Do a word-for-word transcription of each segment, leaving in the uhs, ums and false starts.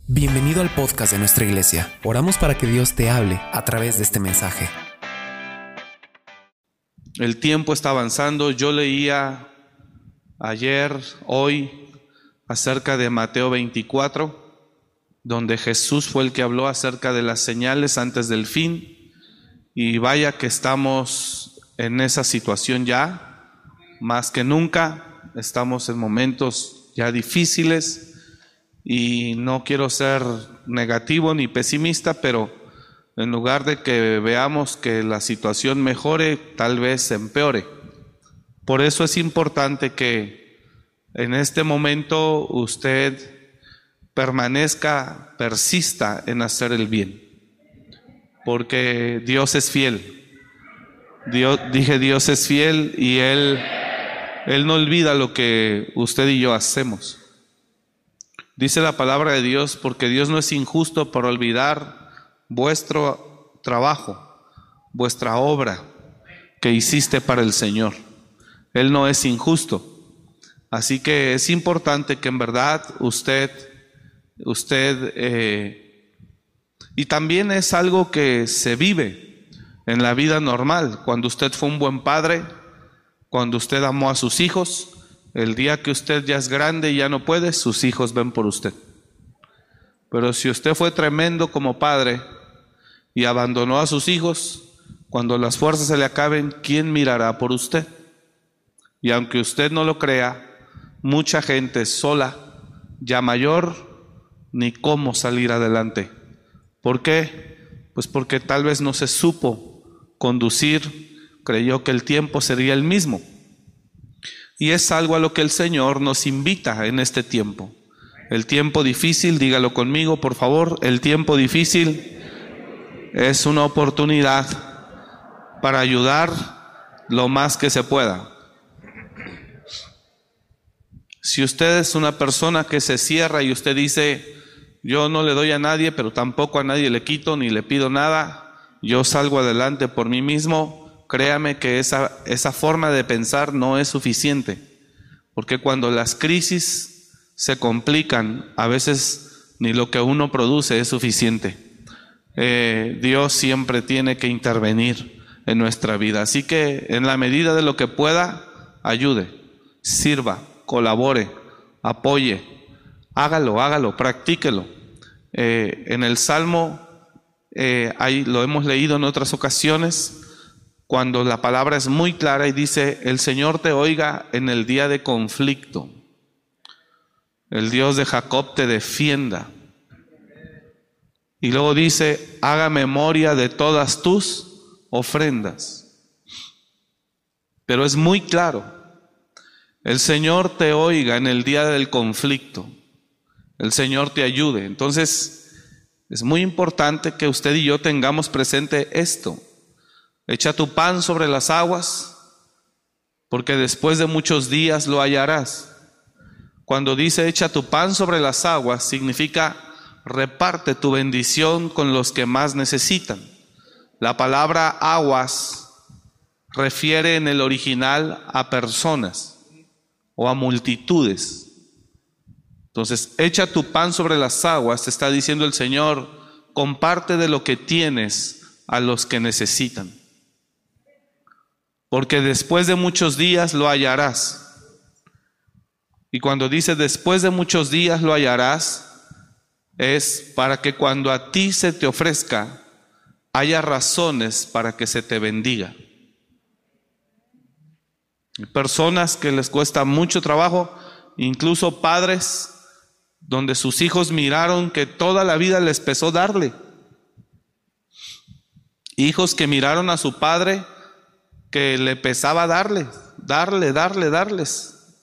Bienvenido al podcast de nuestra iglesia. Oramos para que Dios te hable a través de este mensaje. El tiempo está avanzando. Yo leía ayer, hoy, acerca de Mateo veinticuatro, donde Jesús fue el que habló acerca de las señales antes del fin. Y vaya que estamos en esa situación ya, más que nunca. Estamos en momentos ya difíciles. Y no quiero ser negativo ni pesimista, pero en lugar de que veamos que la situación mejore, tal vez se empeore. Por eso es importante que en este momento usted permanezca, persista en hacer el bien. Porque Dios es fiel. Dios, dije Dios es fiel y Él, Él no olvida lo que usted y yo hacemos. Dice la palabra de Dios, porque Dios no es injusto por olvidar vuestro trabajo, vuestra obra que hiciste para el Señor. Él no es injusto. Así que es importante que en verdad usted, usted, eh, y también es algo que se vive en la vida normal. Cuando usted fue un buen padre, cuando usted amó a sus hijos, el día que usted ya es grande y ya no puede, sus hijos ven por usted. Pero si usted fue tremendo como padre y abandonó a sus hijos, cuando las fuerzas se le acaben, ¿quién mirará por usted? Y aunque usted no lo crea, mucha gente sola, ya mayor, ni cómo salir adelante. ¿Por qué? Pues porque tal vez no se supo conducir, creyó que el tiempo sería el mismo. Y es algo a lo que el Señor nos invita en este tiempo. El tiempo difícil, dígalo conmigo por favor, el tiempo difícil es una oportunidad para ayudar lo más que se pueda. Si usted es una persona que se cierra y usted dice, yo no le doy a nadie, pero tampoco a nadie le quito ni le pido nada, yo salgo adelante por mí mismo, créame que esa, esa forma de pensar no es suficiente, porque cuando las crisis se complican, a veces ni lo que uno produce es suficiente. Eh, Dios siempre tiene que intervenir en nuestra vida, así que en la medida de lo que pueda, ayude, sirva, colabore, apoye, hágalo, hágalo, practíquelo. Eh, en el Salmo, eh, ahí lo hemos leído en otras ocasiones, cuando la palabra es muy clara y dice, el Señor te oiga en el día de conflicto. El Dios de Jacob te defienda. Y luego dice, haga memoria de todas tus ofrendas. Pero es muy claro, el Señor te oiga en el día del conflicto. El Señor te ayude. Entonces, es muy importante que usted y yo tengamos presente esto. Echa tu pan sobre las aguas, porque después de muchos días lo hallarás. Cuando dice echa tu pan sobre las aguas, significa reparte tu bendición con los que más necesitan. La palabra aguas refiere en el original a personas o a multitudes. Entonces, echa tu pan sobre las aguas, te está diciendo el Señor, comparte de lo que tienes a los que necesitan. Porque después de muchos días lo hallarás. Y cuando dice después de muchos días lo hallarás, es para que cuando a ti se te ofrezca, haya razones para que se te bendiga. Hay personas que les cuesta mucho trabajo, incluso padres, donde sus hijos miraron que toda la vida les pesó darle. Hijos que miraron a su padre que le pesaba darle, darle, darle, darles.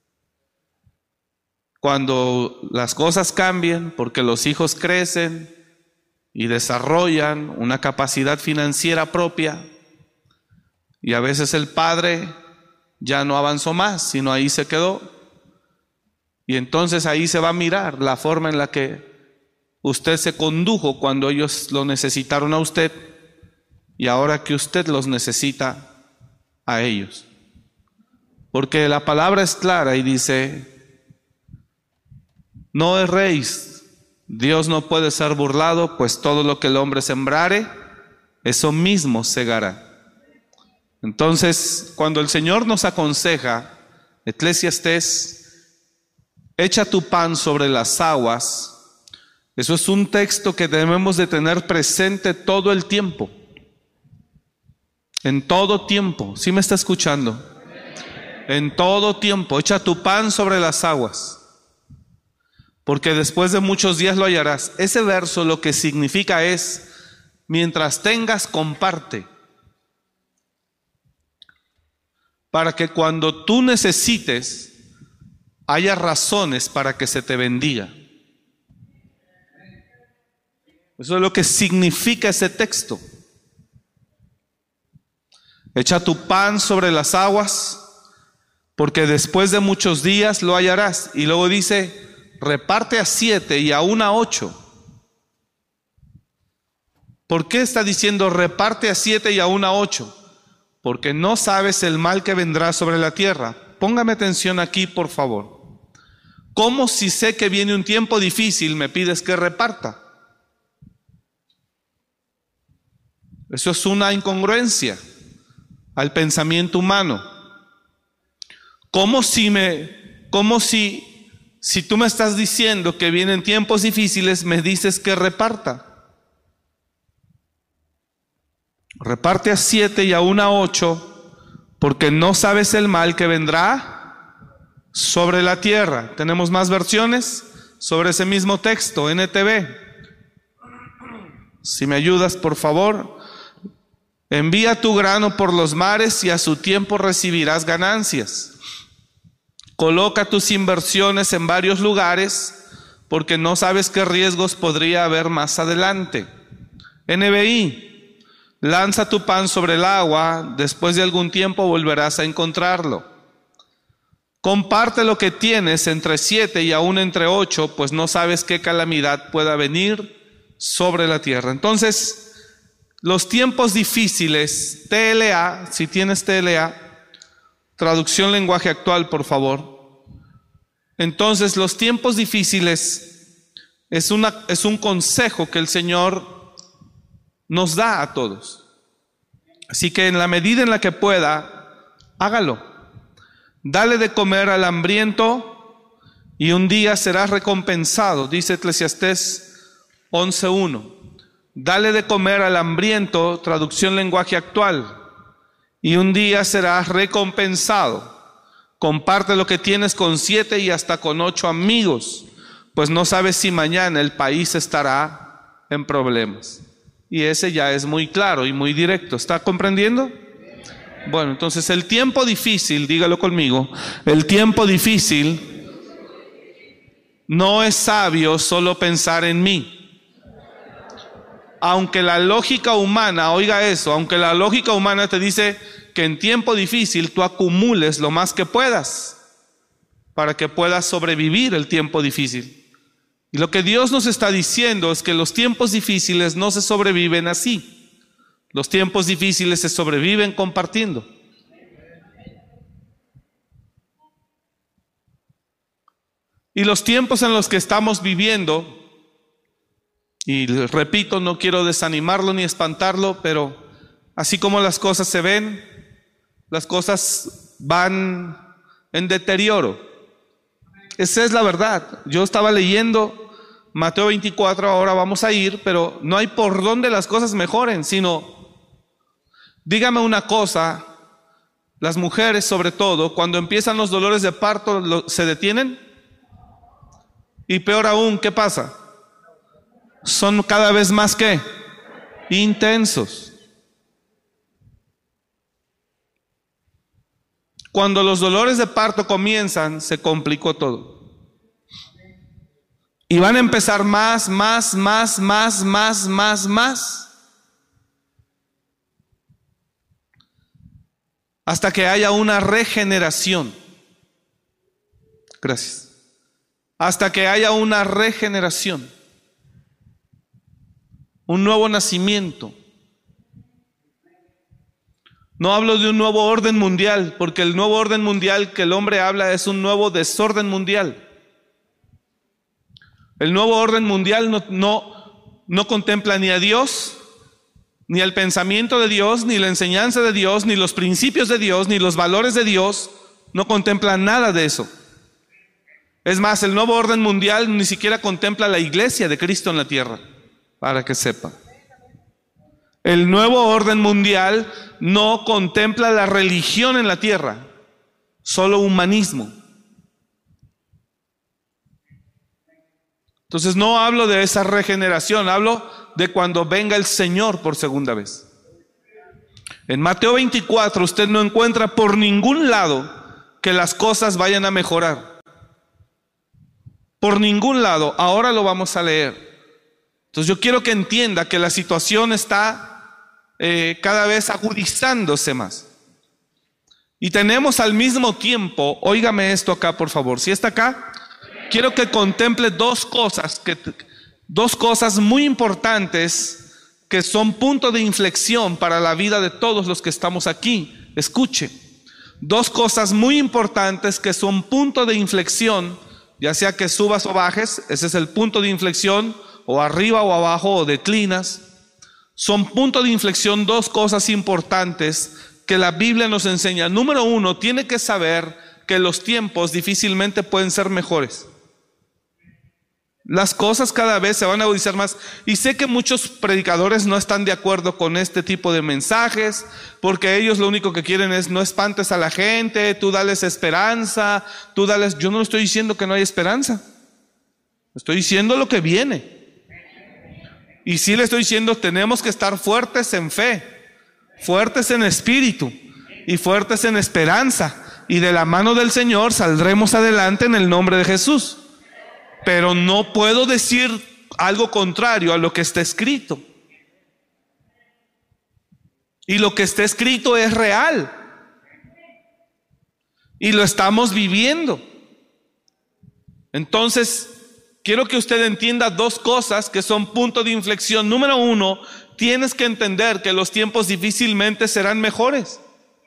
Cuando las cosas cambian, porque los hijos crecen y desarrollan una capacidad financiera propia, y a veces el padre ya no avanzó más, sino ahí se quedó. Y entonces ahí se va a mirar la forma en la que usted se condujo cuando ellos lo necesitaron a usted, y ahora que usted los necesita a ellos. Porque la palabra es clara y dice, no erréis, Dios no puede ser burlado, pues todo lo que el hombre sembrare, eso mismo segará. Entonces, cuando el Señor nos aconseja, Eclesiastés, echa tu pan sobre las aguas, eso es un texto que debemos de tener presente todo el tiempo. En todo tiempo. ¿Sí me está escuchando? En todo tiempo. Echa tu pan sobre las aguas, porque después de muchos días lo hallarás. Ese verso lo que significa es, mientras tengas, comparte. Para que cuando tú necesites, haya razones para que se te bendiga. Eso es lo que significa ese texto. Echa tu pan sobre las aguas, porque después de muchos días lo hallarás. Y luego dice, reparte a siete y aún a ocho. ¿Por qué está diciendo reparte a siete y aún a ocho? Porque no sabes el mal que vendrá sobre la tierra. Póngame atención aquí, por favor. ¿Cómo si sé que viene un tiempo difícil me pides que reparta? Eso es una incongruencia al pensamiento humano. ¿Cómo si me, cómo si, si tú me estás diciendo que vienen tiempos difíciles, me dices que reparta? Reparte a siete y aún a ocho, porque no sabes el mal que vendrá sobre la tierra. Tenemos más versiones sobre ese mismo texto, N T V. Si me ayudas, por favor. Envía tu grano por los mares y a su tiempo recibirás ganancias. Coloca tus inversiones en varios lugares, porque no sabes qué riesgos podría haber más adelante. N B I. Lanza tu pan sobre el agua, después de algún tiempo volverás a encontrarlo. Comparte lo que tienes entre siete y aún entre ocho, pues no sabes qué calamidad pueda venir sobre la tierra. Entonces, los tiempos difíciles, T L A, si tienes T L A, traducción lenguaje actual, por favor. Entonces, los tiempos difíciles es, una, es un consejo que el Señor nos da a todos. Así que en la medida en la que pueda, hágalo. Dale de comer al hambriento y un día serás recompensado, dice Eclesiastés once uno. Dale de comer al hambriento, traducción lenguaje actual, y un día serás recompensado. Comparte lo que tienes con siete y hasta con ocho amigos, pues no sabes si mañana el país estará en problemas. Y ese ya es muy claro y muy directo. ¿Está comprendiendo? Bueno, entonces el tiempo difícil, dígalo conmigo, el tiempo difícil no es sabio solo pensar en mí. Aunque la lógica humana, oiga eso, aunque la lógica humana te dice que en tiempo difícil tú acumules lo más que puedas para que puedas sobrevivir el tiempo difícil. Y lo que Dios nos está diciendo es que los tiempos difíciles no se sobreviven así. Los tiempos difíciles se sobreviven compartiendo. Y los tiempos en los que estamos viviendo, y repito, no quiero desanimarlo ni espantarlo, pero así como las cosas se ven, las cosas van en deterioro. Esa es la verdad. Yo estaba leyendo Mateo veinticuatro, ahora vamos a ir, pero no hay por dónde las cosas mejoren, sino, dígame una cosa, las mujeres sobre todo, cuando empiezan los dolores de parto, lo, ¿se detienen? Y peor aún, ¿qué pasa? Son cada vez más, ¿qué? Intensos. Cuando los dolores de parto comienzan, se complicó todo. Y van a empezar más, más, más, más, más, más, más. Hasta que haya una regeneración. Gracias. Hasta que haya una regeneración. Un nuevo nacimiento. No hablo de un nuevo orden mundial, porque el nuevo orden mundial que el hombre habla es un nuevo desorden mundial. El nuevo orden mundial no, no, no contempla ni a Dios, ni el pensamiento de Dios, ni la enseñanza de Dios, ni los principios de Dios, ni los valores de Dios. No contempla nada de eso. Es más, el nuevo orden mundial ni siquiera contempla la iglesia de Cristo en la tierra, para que sepa. El nuevo orden mundial no contempla la religión en la tierra, solo humanismo. Entonces no hablo de esa regeneración, hablo de cuando venga el Señor por segunda vez. En Mateo veinticuatro usted no encuentra por ningún lado que las cosas vayan a mejorar. Por ningún lado. Ahora lo vamos a leer. Entonces yo quiero que entienda que la situación está eh, cada vez agudizándose más. Y tenemos al mismo tiempo, óigame esto acá por favor, si está acá, quiero que contemple dos cosas, que, dos cosas muy importantes que son punto de inflexión para la vida de todos los que estamos aquí. Escuche, dos cosas muy importantes que son punto de inflexión, ya sea que subas o bajes, ese es el punto de inflexión, o arriba o abajo o declinas. Son punto de inflexión dos cosas importantes que la Biblia nos enseña. Número uno, tiene que saber que los tiempos difícilmente pueden ser mejores. Las cosas cada vez se van a agudizar más. Y sé que muchos predicadores no están de acuerdo con este tipo de mensajes, porque ellos lo único que quieren es no espantes a la gente, tú dales esperanza, tú dales... Yo no estoy diciendo que no hay esperanza. Estoy diciendo lo que viene. Y sí le estoy diciendo, tenemos que estar fuertes en fe, fuertes en espíritu y fuertes en esperanza. Y de la mano del Señor saldremos adelante en el nombre de Jesús. Pero no puedo decir algo contrario a lo que está escrito. Y lo que está escrito es real. Y lo estamos viviendo. Entonces, quiero que usted entienda dos cosas que son punto de inflexión. Número uno, tienes que entender que los tiempos difícilmente serán mejores.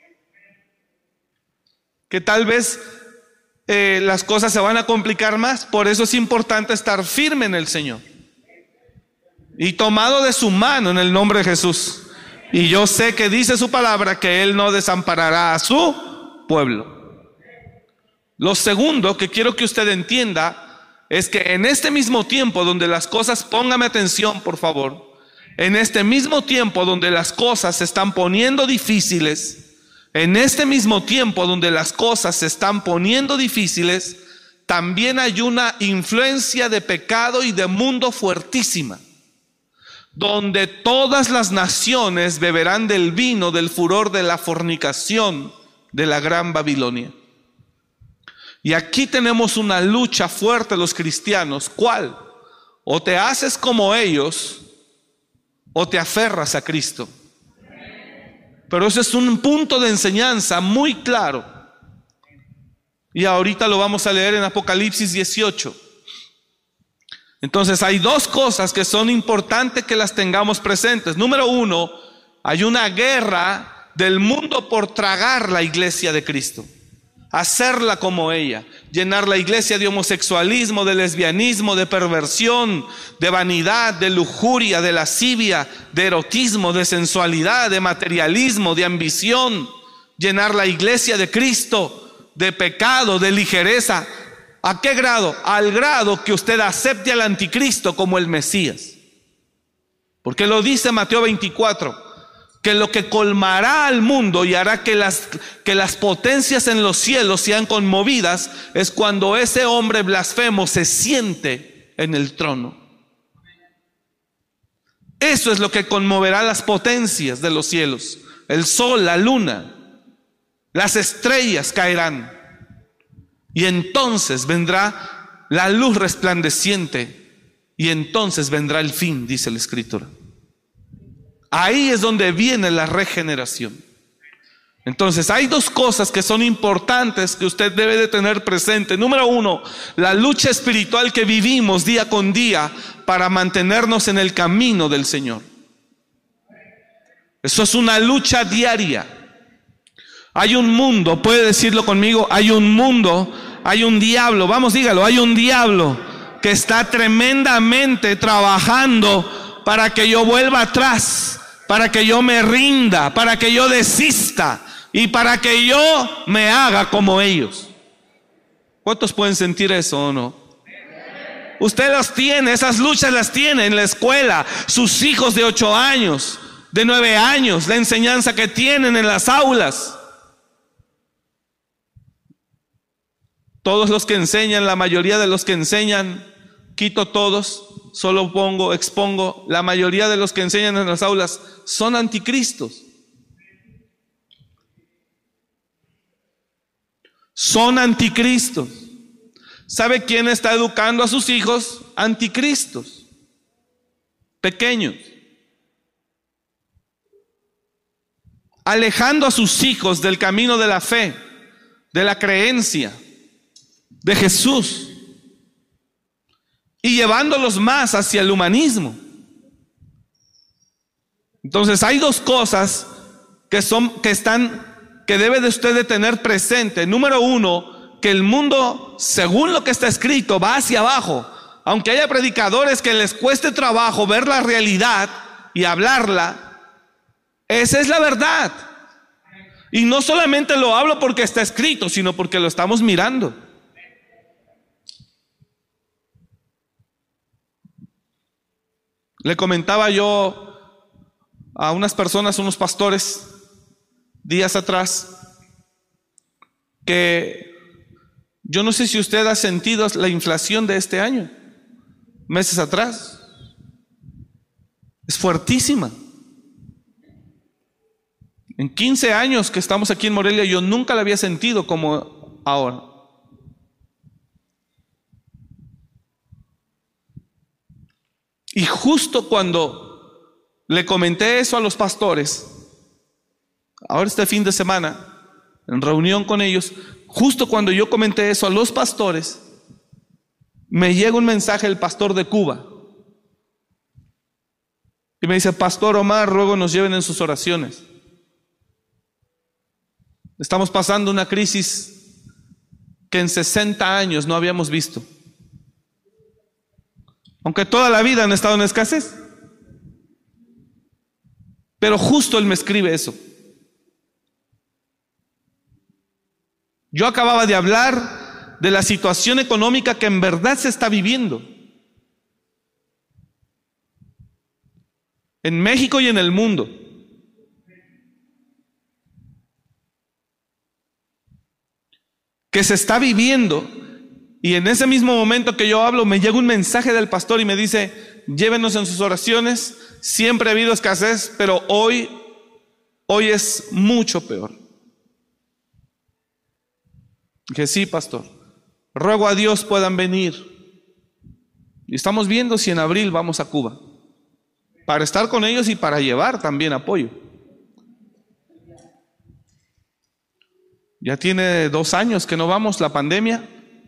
Que tal vez eh, las cosas se van a complicar más. Por eso es importante estar firme en el Señor. Y tomado de su mano en el nombre de Jesús. Y yo sé que dice su palabra que Él no desamparará a su pueblo. Lo segundo que quiero que usted entienda es que en este mismo tiempo donde las cosas, póngame atención por favor, en este mismo tiempo donde las cosas se están poniendo difíciles, en este mismo tiempo donde las cosas se están poniendo difíciles, también hay una influencia de pecado y de mundo fuertísima, donde todas las naciones beberán del vino del furor de la fornicación de la gran Babilonia. Y aquí tenemos una lucha fuerte los cristianos. ¿Cuál? O te haces como ellos o te aferras a Cristo. Pero ese es un punto de enseñanza muy claro. Y ahorita lo vamos a leer en Apocalipsis dieciocho. Entonces hay dos cosas que son importantes que las tengamos presentes. Número uno, hay una guerra del mundo por tragar la iglesia de Cristo. Hacerla como ella, llenar la iglesia de homosexualismo, de lesbianismo, de perversión, de vanidad, de lujuria, de lascivia, de erotismo, de sensualidad, de materialismo, de ambición. Llenar la iglesia de Cristo de pecado, de ligereza. ¿A qué grado? Al grado que usted acepte al anticristo como el Mesías. Porque lo dice Mateo veinticuatro. Que lo que colmará al mundo y hará que las, que las potencias en los cielos sean conmovidas es cuando ese hombre blasfemo se siente en el trono. Eso es lo que conmoverá las potencias de los cielos. El sol, la luna, las estrellas caerán. Y entonces vendrá la luz resplandeciente. Y entonces vendrá el fin, dice la Escritura. Ahí es donde viene la regeneración. Entonces hay dos cosas que son importantes que usted debe de tener presente. Número uno, la lucha espiritual que vivimos día con día para mantenernos en el camino del Señor. Eso es una lucha diaria. Hay un mundo, puede decirlo conmigo, hay un mundo, hay un diablo, vamos dígalo, hay un diablo que está tremendamente trabajando para que yo vuelva atrás, para que yo me rinda, para que yo desista y para que yo me haga como ellos. ¿Cuántos pueden sentir eso o no? Usted los tiene, esas luchas las tiene en la escuela, sus hijos de ocho años, de nueve años, la enseñanza que tienen en las aulas. Todos los que enseñan, la mayoría de los que enseñan, quito todos, solo pongo, expongo, la mayoría de los que enseñan en las aulas son anticristos. Son anticristos. ¿Sabe quién está educando a sus hijos? Anticristos, pequeños. Alejando a sus hijos del camino de la fe, de la creencia, de Jesús, y llevándolos más hacia el humanismo. Entonces hay dos cosas que son, que están, que debe de usted de tener presente. Número uno, que el mundo, según lo que está escrito, va hacia abajo. Aunque haya predicadores que les cueste trabajo ver la realidad y hablarla, esa es la verdad. Y no solamente lo hablo porque está escrito, sino porque lo estamos mirando. Le comentaba yo a unas personas, unos pastores, días atrás, que yo no sé si usted ha sentido la inflación de este año, meses atrás. Es fuertísima. En quince años que estamos aquí en Morelia, yo nunca la había sentido como ahora. Y justo cuando le comenté eso a los pastores, ahora este fin de semana, en reunión con ellos, justo cuando yo comenté eso a los pastores, me llega un mensaje del pastor de Cuba. Y me dice: Pastor Omar, ruego nos lleven en sus oraciones. Estamos pasando una crisis que en sesenta años no habíamos visto. Aunque toda la vida han estado en escasez. Pero justo él me escribe eso. Yo acababa de hablar de la situación económica que en verdad se está viviendo en México y en el mundo. Que se está viviendo. Y en ese mismo momento que yo hablo, me llega un mensaje del pastor y me dice: llévenos en sus oraciones. Siempre ha habido escasez, pero hoy, hoy es mucho peor. Dije: sí, pastor, ruego a Dios puedan venir. Y estamos viendo si en abril vamos a Cuba, para estar con ellos y para llevar también apoyo. Ya tiene dos años que no vamos, la pandemia.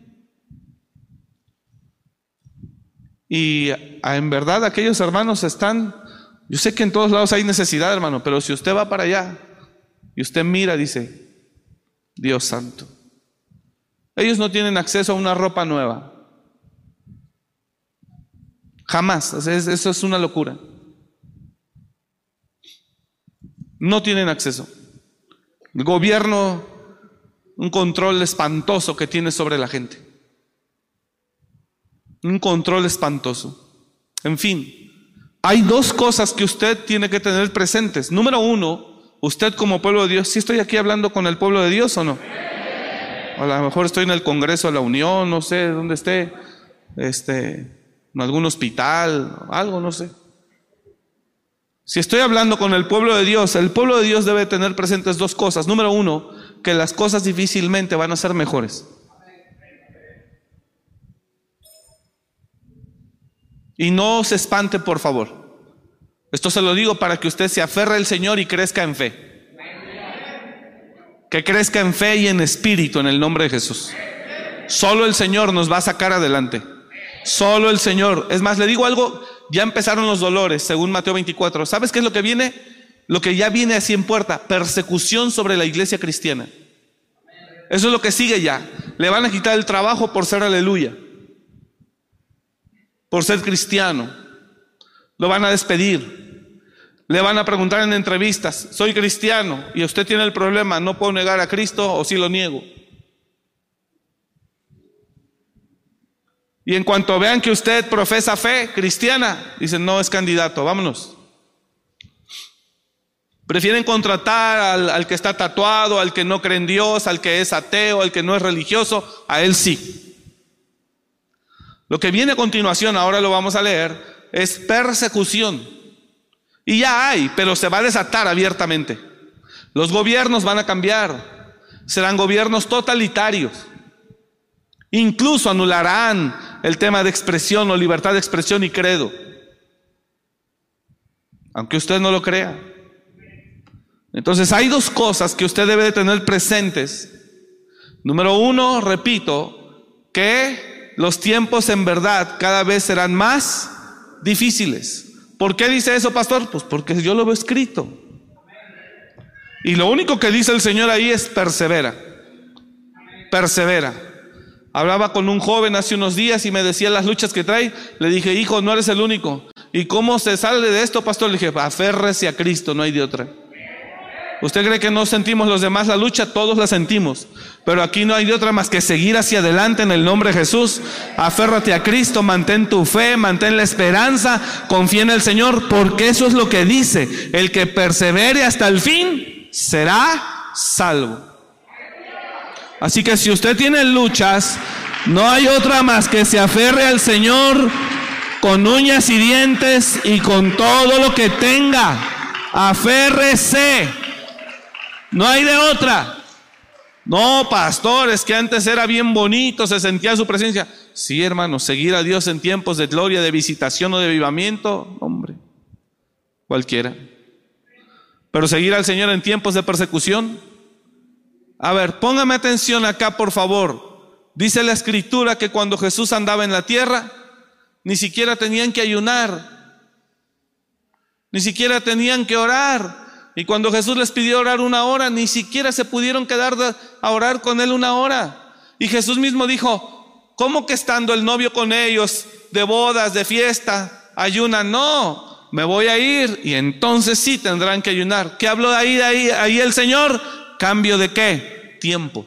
Y en verdad aquellos hermanos están, yo sé que en todos lados hay necesidad, hermano, pero si usted va para allá y usted mira, dice: Dios santo. Ellos no tienen acceso a una ropa nueva. Jamás. Eso es una locura. No tienen acceso. El gobierno, un control espantoso que tiene sobre la gente. Un control espantoso. En fin, hay dos cosas que usted tiene que tener presentes. Número uno, usted como pueblo de Dios. ¿Sí estoy aquí hablando con el pueblo de Dios o no? A lo mejor estoy en el Congreso de la Unión, no sé dónde esté, este, en algún hospital, algo, no sé. Si estoy hablando con el pueblo de Dios, el pueblo de Dios debe tener presentes dos cosas. Número uno, que las cosas difícilmente van a ser mejores. Y no se espante, por favor. Esto se lo digo para que usted se aferre al Señor y crezca en fe. Que crezca en fe y en espíritu en el nombre de Jesús. Solo el Señor nos va a sacar adelante. Solo el Señor. Es más, le digo algo, ya empezaron los dolores, según Mateo veinticuatro. ¿Sabes qué es lo que viene? Lo que ya viene así en puerta: persecución sobre la iglesia cristiana. Eso es lo que sigue ya. Le van a quitar el trabajo por ser aleluya. por ser cristiano. Lo van a despedir. Le van a preguntar en entrevistas, soy cristiano, y usted tiene el problema, no puedo negar a Cristo o sí lo niego. Y en cuanto vean que usted profesa fe cristiana, dicen, no es candidato, vámonos. Prefieren contratar al, al que está tatuado, al que no cree en Dios, al que es ateo, al que no es religioso, a él sí. Lo que viene a continuación, ahora lo vamos a leer, es persecución. Y ya hay, pero se va a desatar abiertamente. Los gobiernos van a cambiar, serán gobiernos totalitarios. Incluso anularán el tema de expresión o libertad de expresión y credo, aunque usted no lo crea. Entonces hay dos cosas que usted debe de tener presentes. Número uno, repito, que los tiempos en verdad cada vez serán más difíciles. ¿Por qué dice eso, pastor? Pues porque yo lo veo escrito. Y lo único que dice el Señor ahí es persevera. Persevera. Hablaba con un joven hace unos días y me decía las luchas que trae. Le dije, hijo, no eres el único. ¿Y cómo se sale de esto, pastor? Le dije, aférrese a Cristo, no hay de otra. ¿Usted cree que no sentimos los demás la lucha? Todos la sentimos. Pero aquí no hay de otra más que seguir hacia adelante en el nombre de Jesús. Aférrate a Cristo, mantén tu fe, mantén la esperanza, confía en el Señor, porque eso es lo que dice. El que persevere hasta el fin será salvo. Así que si usted tiene luchas, no hay otra más que se aferre al Señor con uñas y dientes y con todo lo que tenga. Aférrese. No hay de otra. No, pastor, es que antes era bien bonito, se sentía su presencia. Sí, hermano, seguir a Dios en tiempos de gloria, de visitación o de avivamiento, hombre, cualquiera. Pero seguir al Señor en tiempos de persecución. A ver, póngame atención acá, por favor. Dice la Escritura que cuando Jesús andaba en la tierra, ni siquiera tenían que ayunar, ni siquiera tenían que orar. Y cuando Jesús les pidió orar una hora, ni siquiera se pudieron quedar a orar con él una hora. Y Jesús mismo dijo, ¿cómo que estando el novio con ellos, de bodas, de fiesta, ayunan? No, me voy a ir y entonces sí tendrán que ayunar. ¿Qué habló de ahí, de ahí, ahí el Señor? ¿Cambio de qué? Tiempo.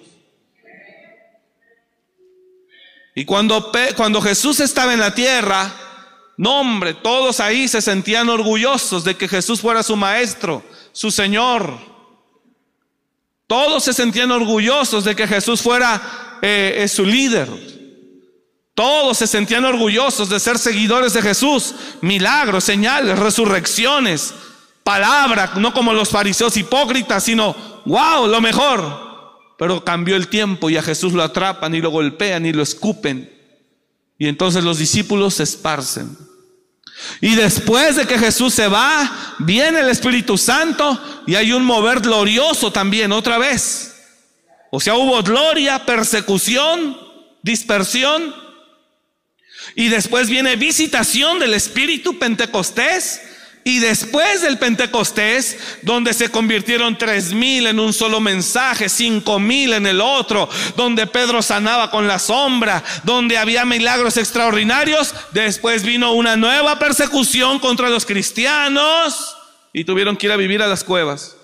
Y cuando, cuando Jesús estaba en la tierra, no hombre, todos ahí se sentían orgullosos de que Jesús fuera su maestro, su Señor. Todos se sentían orgullosos de que Jesús fuera eh, eh, su líder. Todos se sentían orgullosos de ser seguidores de Jesús. Milagros, señales, resurrecciones, palabra, no como los fariseos hipócritas, sino wow, lo mejor. Pero cambió el tiempo y a Jesús lo atrapan y lo golpean y lo escupen. Y entonces los discípulos se esparcen. Y después de que Jesús se va, viene el Espíritu Santo y hay un mover glorioso también otra vez. O sea, hubo gloria, persecución, dispersión. Y después viene visitación del Espíritu, Pentecostés. Y después del Pentecostés, donde se convirtieron tres mil en un solo mensaje, cinco mil en el otro, donde Pedro sanaba con la sombra, donde había milagros extraordinarios, después vino una nueva persecución contra los cristianos y tuvieron que ir a vivir a las cuevas.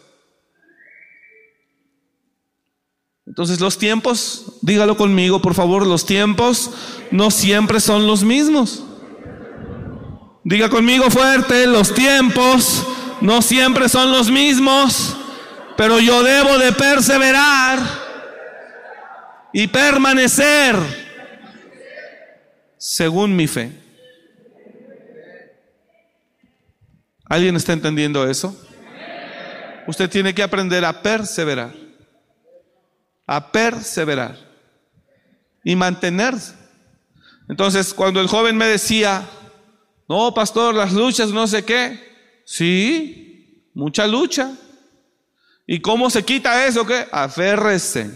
Entonces los tiempos, dígalo conmigo por favor, los tiempos no siempre son los mismos. Diga conmigo fuerte, los tiempos no siempre son los mismos, pero yo debo de perseverar y permanecer según mi fe. ¿Alguien está entendiendo eso? Usted tiene que aprender a perseverar, a perseverar y mantenerse. Entonces, cuando el joven me decía, no, pastor, las luchas, no sé qué. Sí, mucha lucha. ¿Y cómo se quita eso? ¿Qué? Aférrese.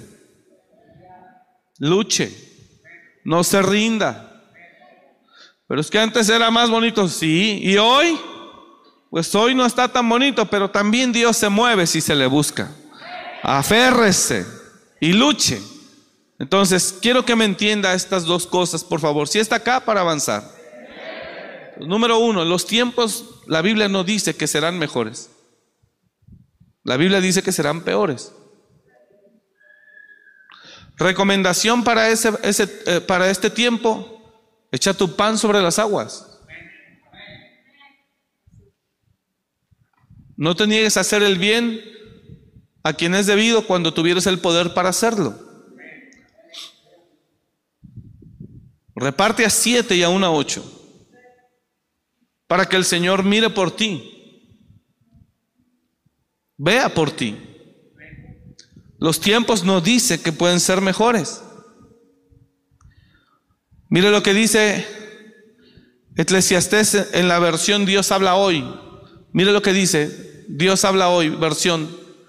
Luche. No se rinda. Pero es que antes era más bonito. Sí. ¿Y hoy? Pues hoy no está tan bonito, pero también Dios se mueve si se le busca. Aférrese y luche. Entonces, quiero que me entienda estas dos cosas, por favor. Si está acá para avanzar. Número uno, los tiempos, la Biblia no dice que serán mejores. La Biblia dice que serán peores. Recomendación para, ese, ese, eh, para este tiempo: echa tu pan sobre las aguas. No te niegues a hacer el bien a quien es debido cuando tuvieres el poder para hacerlo. Reparte a siete y aún a ocho, para que el Señor mire por ti, vea por ti. Los tiempos no dicen que pueden ser mejores. Mire lo que dice Eclesiastés en la versión Dios habla hoy. Mire lo que dice Dios habla hoy, versión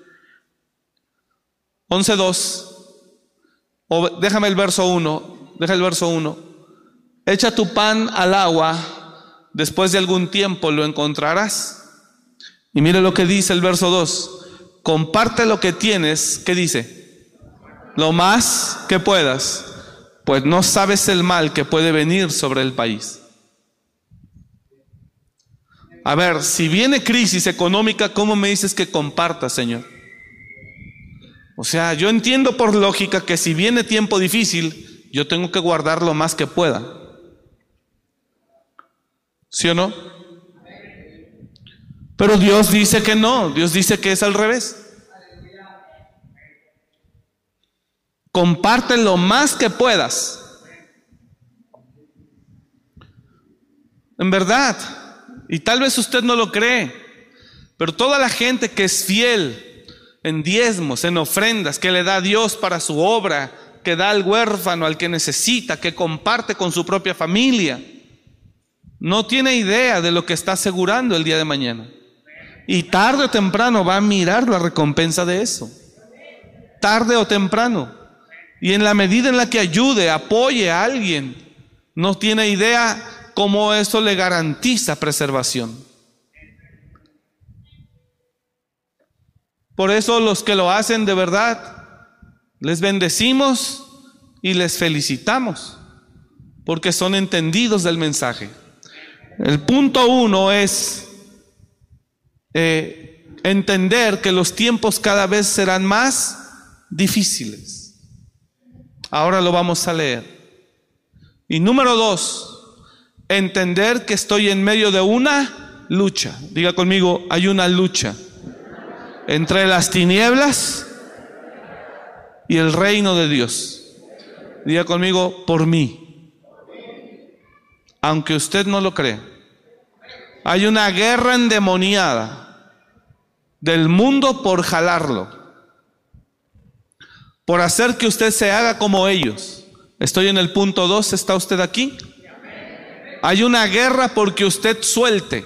once dos. O déjame el verso uno, deja el verso uno. Echa tu pan al agua, después de algún tiempo lo encontrarás. Y mire lo que dice el verso dos. Comparte lo que tienes, ¿qué dice? Lo más que puedas, pues no sabes el mal que puede venir sobre el país. A ver, si viene crisis económica, ¿cómo me dices que comparta, Señor? O sea, yo entiendo por lógica que si viene tiempo difícil, yo tengo que guardar lo más que pueda. ¿Sí o no? Pero Dios dice que no, Dios dice que es al revés. Comparte lo más que puedas. En verdad, y tal vez usted no lo cree, pero toda la gente que es fiel en diezmos, en ofrendas, que le da a Dios para su obra, que da al huérfano, al que necesita, que comparte con su propia familia, no tiene idea de lo que está asegurando el día de mañana. Y tarde o temprano va a mirar la recompensa de eso. Tarde o temprano. Y en la medida en la que ayude, apoye a alguien, no tiene idea cómo eso le garantiza preservación. Por eso los que lo hacen de verdad, les bendecimos y les felicitamos, porque son entendidos del mensaje. El punto uno es Eh, entender que los tiempos cada vez serán más difíciles. Ahora lo vamos a leer. Y número dos, entender que estoy en medio de una lucha. Diga conmigo, hay una lucha entre las tinieblas y el reino de Dios. Diga conmigo, por mí. Aunque usted no lo cree, hay una guerra endemoniada del mundo por jalarlo, por hacer que usted se haga como ellos. Estoy en el punto dos, ¿está usted aquí? Hay una guerra porque usted suelte,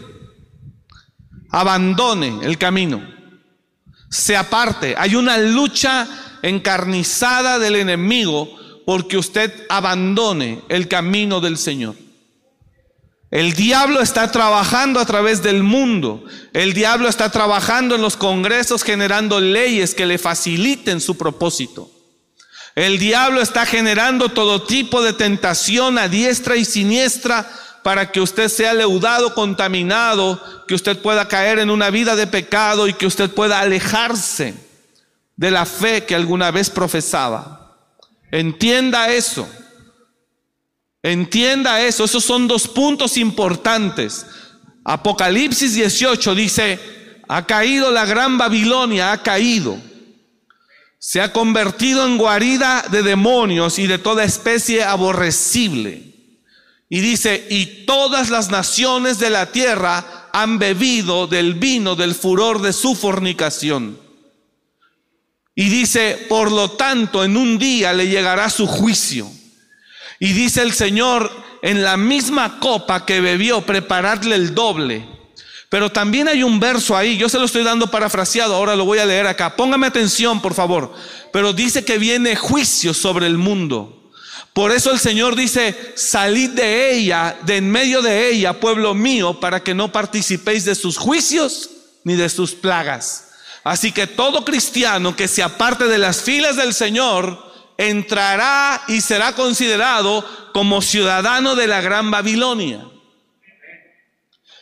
abandone el camino, se aparte. Hay una lucha encarnizada del enemigo porque usted abandone el camino del Señor. El diablo está trabajando a través del mundo. El diablo está trabajando en los congresos generando leyes que le faciliten su propósito. El diablo está generando todo tipo de tentación a diestra y siniestra para que usted sea leudado, contaminado, que usted pueda caer en una vida de pecado y que usted pueda alejarse de la fe que alguna vez profesaba. Entienda eso. Entienda eso, esos son dos puntos importantes. Apocalipsis dieciocho dice, ha caído la gran Babilonia, ha caído. Se ha convertido en guarida de demonios y de toda especie aborrecible. Y dice, y todas las naciones de la tierra han bebido del vino del furor de su fornicación. Y dice, por lo tanto, en un día le llegará su juicio. Y dice el Señor, en la misma copa que bebió, preparadle el doble. Pero también hay un verso ahí, yo se lo estoy dando parafraseado, ahora lo voy a leer acá. Póngame atención, por favor. Pero dice que viene juicio sobre el mundo. Por eso el Señor dice, salid de ella, de en medio de ella, pueblo mío, para que no participéis de sus juicios ni de sus plagas. Así que todo cristiano que se aparte de las filas del Señor entrará y será considerado como ciudadano de la gran Babilonia.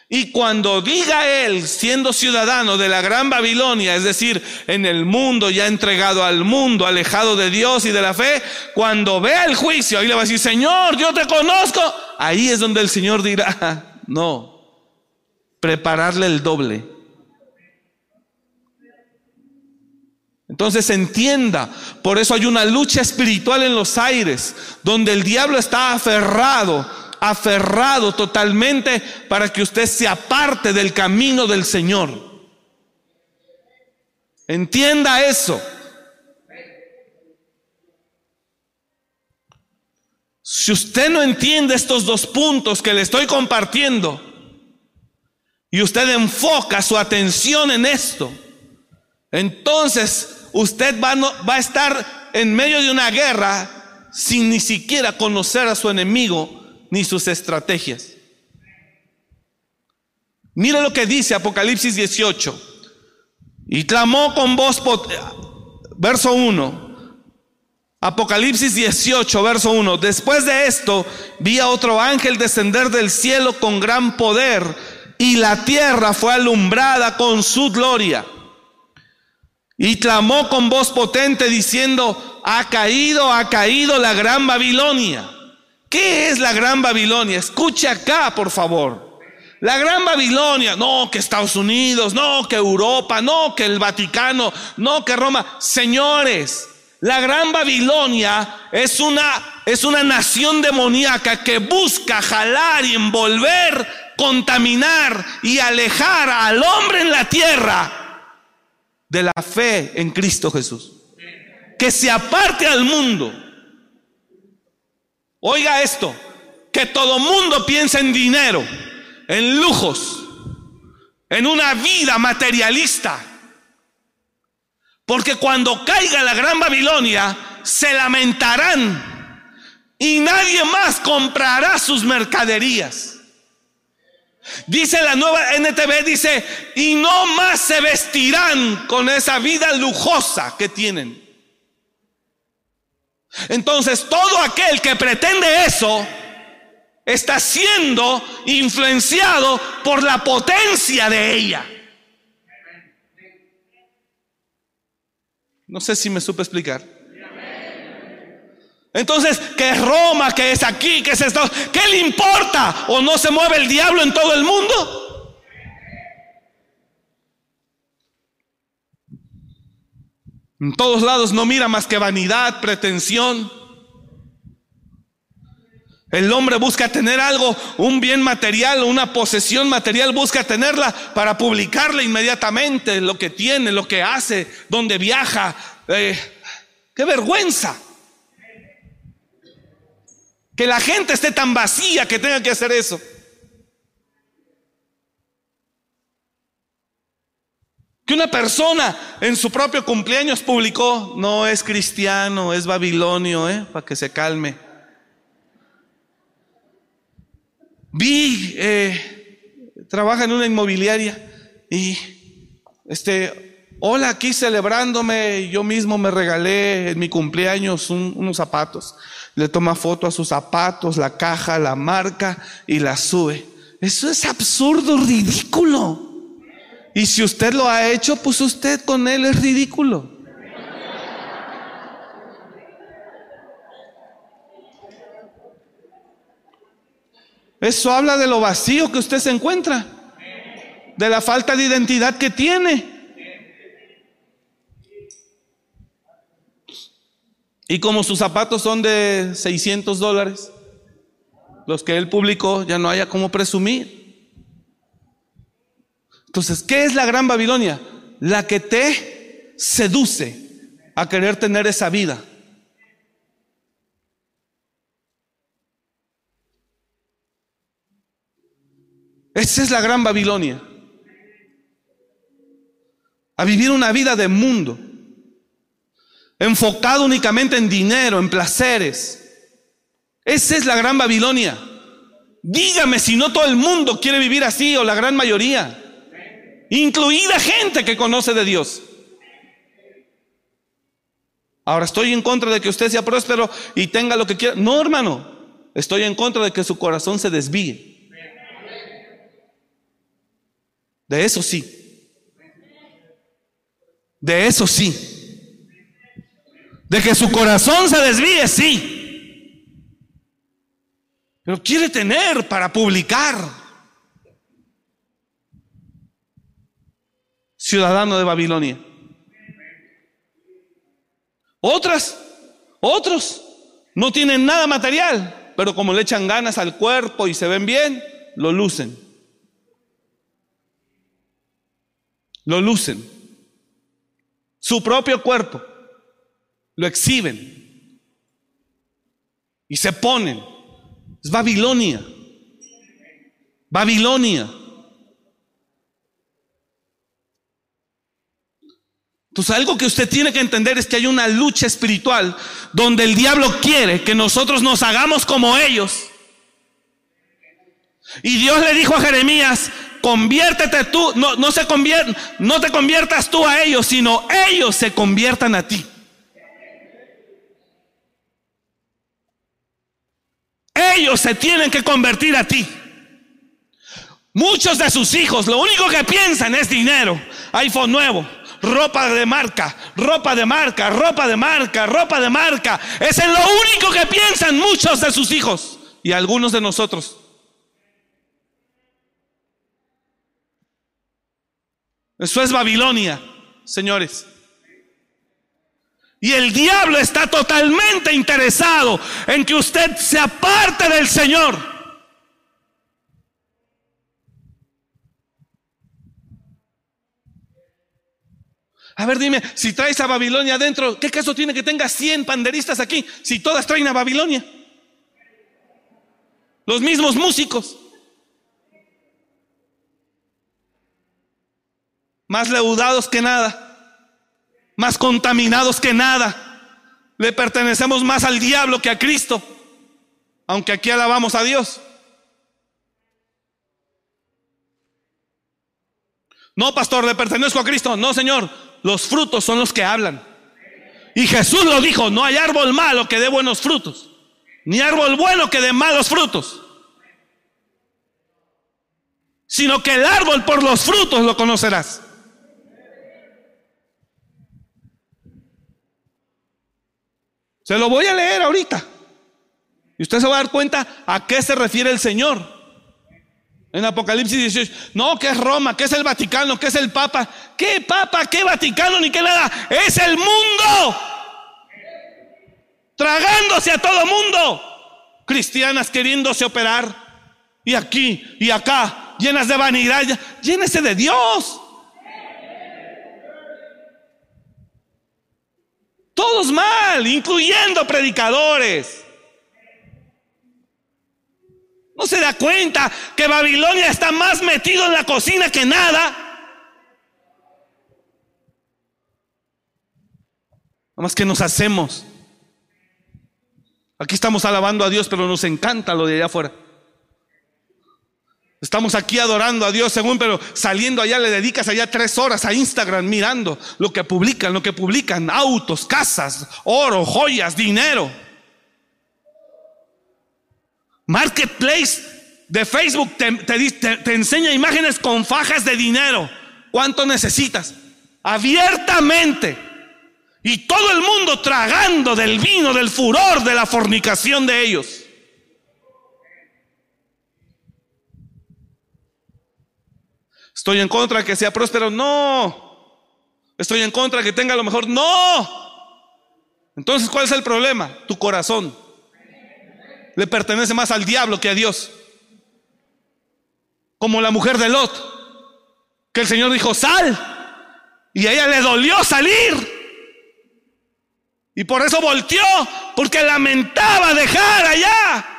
Y cuando diga él, siendo ciudadano de la Gran Babilonia, es decir, en el mundo, ya entregado al mundo, alejado de Dios y de la fe, cuando vea el juicio, ahí le va a decir, Señor, yo te conozco. Ahí es donde el Señor dirá, no, prepararle el doble. Entonces entienda, por eso hay una lucha espiritual en los aires, donde el diablo está aferrado, aferrado totalmente para que usted se aparte del camino del Señor. Entienda eso. Si usted no entiende estos dos puntos que le estoy compartiendo y usted enfoca su atención en esto, entonces usted va, no, va a estar en medio de una guerra sin ni siquiera conocer a su enemigo ni sus estrategias. Mire lo que dice Apocalipsis dieciocho. Y clamó con voz potente, verso uno. Apocalipsis dieciocho, verso uno. Después de esto vi a otro ángel descender del cielo con gran poder, y la tierra fue alumbrada con su gloria. Y clamó con voz potente diciendo, ha caído, ha caído la Gran Babilonia. ¿Qué es la Gran Babilonia? Escuche acá, por favor. La Gran Babilonia, no que Estados Unidos, no que Europa, no que el Vaticano, no que Roma. Señores, la Gran Babilonia es una, es una nación demoníaca que busca jalar y envolver, contaminar y alejar al hombre en la tierra de la fe en Cristo Jesús. Que se aparte al mundo. Oiga esto, que todo mundo piensa en dinero, en lujos, en una vida materialista. Porque cuando caiga la Gran Babilonia, se lamentarán y nadie más comprará sus mercaderías. Dice la nueva N T V, dice, y no más se vestirán con esa vida lujosa que tienen. Entonces todo aquel que pretende eso está siendo influenciado por la potencia de ella. No sé si me supe explicar. Entonces, que es Roma, que es aquí, que es esto, ¿qué le importa? ¿O no se mueve el diablo en todo el mundo? En todos lados no mira más que vanidad, pretensión. El hombre busca tener algo, un bien material, una posesión material, busca tenerla para publicarla inmediatamente, lo que tiene, lo que hace, dónde viaja. Eh, ¡Qué vergüenza! Que la gente esté tan vacía que tenga que hacer eso. Que una persona en su propio cumpleaños publicó, no es cristiano, es babilonio, ¿eh? Para que se calme. Vi, eh, trabaja en una inmobiliaria y este, hola, aquí celebrándome, yo mismo me regalé en mi cumpleaños un, unos zapatos. Le toma foto a sus zapatos, la caja, la marca y la sube. Eso es absurdo, ridículo. Y si usted lo ha hecho, pues usted con él es ridículo. Eso habla de lo vacío que usted se encuentra, de la falta de identidad que tiene. Y como sus zapatos son de seiscientos dólares, los que él publicó, ya no haya cómo presumir. Entonces, ¿qué es la Gran Babilonia? La que te seduce a querer tener esa vida. Esa es la Gran Babilonia. A vivir una vida de mundo, enfocado únicamente en dinero, en placeres. Esa es la Gran Babilonia. Dígame si no todo el mundo quiere vivir así, o la gran mayoría, incluida gente que conoce de Dios. Ahora, estoy en contra de que usted sea próspero y tenga lo que quiera. No, hermano, estoy en contra de que su corazón se desvíe. De eso sí. De eso sí. De que su corazón se desvíe, sí. Pero quiere tener para publicar. Ciudadano de Babilonia. Otras, otros no tienen nada material, pero como le echan ganas al cuerpo y se ven bien, lo lucen. Lo lucen. Su propio cuerpo lo exhiben y se ponen. Es Babilonia. Babilonia. Entonces, algo que usted tiene que entender es que hay una lucha espiritual donde el diablo quiere que nosotros nos hagamos como ellos. Y Dios le dijo a Jeremías: conviértete tú, no, no, se convier, no te conviertas tú a ellos, sino ellos se conviertan a ti. Ellos se tienen que convertir a ti. Muchos de sus hijos lo único que piensan es dinero, iPhone nuevo, ropa de marca, ropa de marca, ropa de marca, ropa de marca. Es en lo único que piensan muchos de sus hijos y algunos de nosotros. Eso es Babilonia, señores. Y el diablo está totalmente interesado en que usted se aparte del Señor. A ver, dime, si traes a Babilonia adentro, ¿qué caso tiene que tenga cien panderistas aquí si todas traen a Babilonia? Los mismos músicos. Más leudados que nada, más contaminados que nada. Le pertenecemos más al diablo que a Cristo, aunque aquí alabamos a Dios. No, pastor, le pertenezco a Cristo. No, Señor, los frutos son los que hablan. Y Jesús lo dijo: no hay árbol malo que dé buenos frutos, ni árbol bueno que dé malos frutos, sino que el árbol por los frutos lo conocerás. Se lo voy a leer ahorita y usted se va a dar cuenta a qué se refiere el Señor en Apocalipsis dieciocho. No, que es Roma, que es el Vaticano, que es el Papa. ¿Qué Papa, qué Vaticano, ni qué nada? Es el mundo tragándose a todo mundo. Cristianas queriéndose operar y aquí y acá, llenas de vanidad. Llénese de Dios. Todos mal, incluyendo predicadores. ¿No se da cuenta que Babilonia está más metido en la cocina que nada? Nada más que nos hacemos. Aquí estamos alabando a Dios, pero nos encanta lo de allá afuera. Estamos aquí adorando a Dios según, pero saliendo allá le dedicas allá tres horas a Instagram mirando lo que publican, lo que publican, autos, casas, oro, joyas, dinero. Marketplace de Facebook te, te, te, te enseña imágenes con fajas de dinero. ¿Cuánto necesitas? Abiertamente. Y todo el mundo tragando del vino, del furor, de la fornicación de ellos. Estoy en contra de que sea próspero, no. Estoy en contra de que tenga lo mejor, no. Entonces, ¿cuál es el problema? Tu corazón le pertenece más al diablo que a Dios. Como la mujer de Lot, que el Señor dijo: sal, y a ella le dolió salir, y por eso volteó, porque lamentaba dejar allá.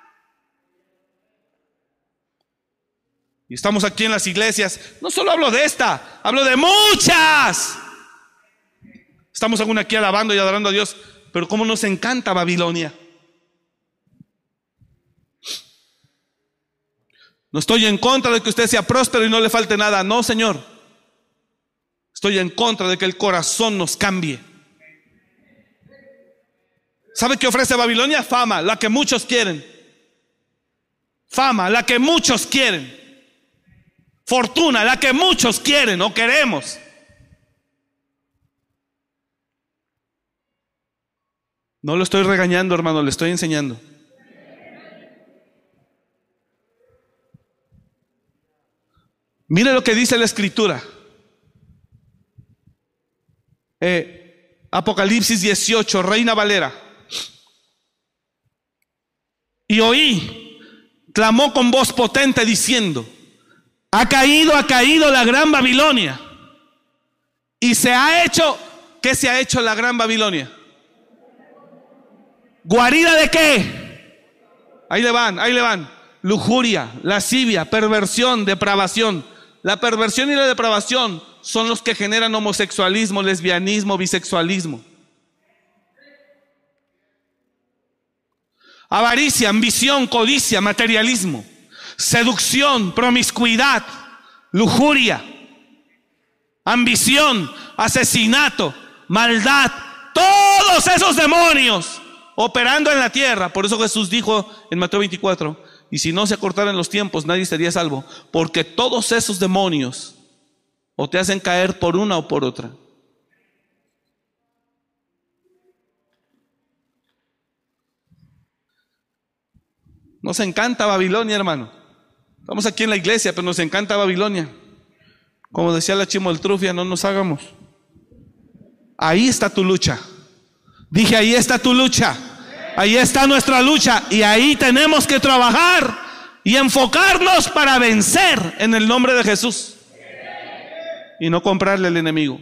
Y estamos aquí en las iglesias. No solo hablo de esta, hablo de muchas. Estamos aún aquí alabando y adorando a Dios, pero cómo nos encanta Babilonia. No estoy en contra de que usted sea próspero y no le falte nada. No, Señor. Estoy en contra de que el corazón nos cambie. ¿Sabe qué ofrece Babilonia? Fama, la que muchos quieren. Fama, la que muchos quieren. fortuna, la que muchos quieren o queremos. No lo estoy regañando, hermano, le estoy enseñando. Mire lo que dice la Escritura. Eh, Apocalipsis dieciocho, Reina Valera. Y oí, clamó con voz potente diciendo: ha caído, ha caído la gran Babilonia. Y se ha hecho, ¿qué se ha hecho la gran Babilonia? ¿Guarida de qué? Ahí le van, ahí le van. Lujuria, lascivia, perversión, depravación. La perversión y la depravación son los que generan homosexualismo, lesbianismo, bisexualismo. Avaricia, ambición, codicia, materialismo, seducción, promiscuidad, lujuria, ambición, asesinato, maldad. Todos esos demonios operando en la tierra. Por eso Jesús dijo en Mateo veinticuatro: y si no se acortaran los tiempos, nadie sería salvo, porque todos esos demonios o te hacen caer por una o por otra. Nos encanta Babilonia, hermano. Estamos aquí en la iglesia, pero nos encanta Babilonia. Como decía la Chimoltrufia, no nos hagamos. Ahí está tu lucha. Dije, ahí está tu lucha. Ahí está nuestra lucha. Y ahí tenemos que trabajar y enfocarnos para vencer en el nombre de Jesús. Y no comprarle al enemigo.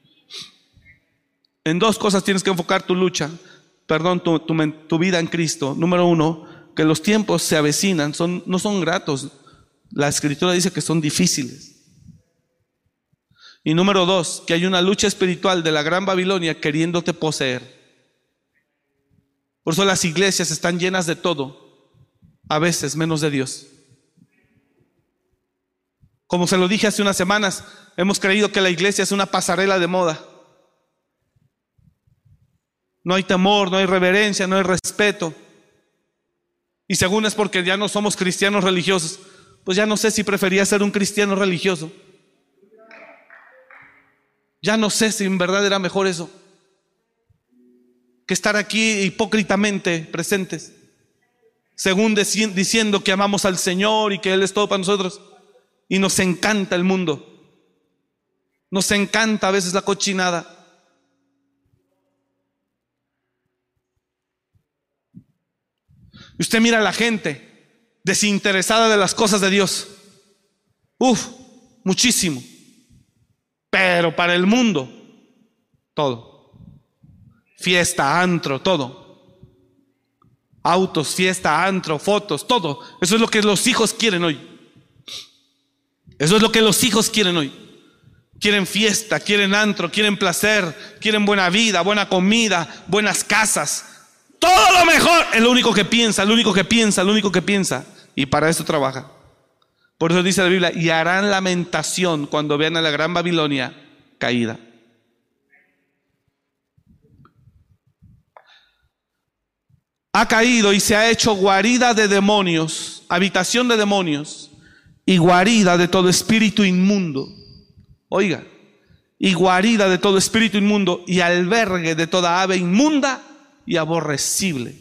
En dos cosas tienes que enfocar tu lucha. Perdón, tu, tu, tu vida en Cristo. Número uno, que los tiempos se avecinan, son, no son gratos. La Escritura dice que son difíciles. Y número dos, que hay una lucha espiritual de la gran Babilonia queriéndote poseer. Por eso las iglesias están llenas de todo, a veces menos de Dios. Como se lo dije hace unas semanas, hemos creído que la iglesia es una pasarela de moda. No hay temor, no hay reverencia, no hay respeto. Y según es porque ya no somos cristianos religiosos, pues ya no sé si prefería ser un cristiano religioso. Ya no sé si en verdad era mejor eso que estar aquí hipócritamente presentes, según deci- diciendo que amamos al Señor y que Él es todo para nosotros. Y nos encanta el mundo. Nos encanta a veces la cochinada. Y usted mira a la gente desinteresada de las cosas de Dios. Uf, muchísimo. Pero para el mundo, todo. Fiesta, antro, todo. Autos, fiesta, antro, fotos, todo. Eso es lo que los hijos quieren hoy. Eso es lo que los hijos quieren hoy. Quieren fiesta, quieren antro, quieren placer, quieren buena vida, buena comida, buenas casas. Todo lo mejor es lo único que piensa, lo único que piensa, lo único que piensa. Y para eso trabaja. Por eso dice la Biblia: y harán lamentación cuando vean a la gran Babilonia caída. Ha caído y se ha hecho guarida de demonios, habitación de demonios y guarida de todo espíritu inmundo. Oiga, y guarida de todo espíritu inmundo y albergue de toda ave inmunda y aborrecible.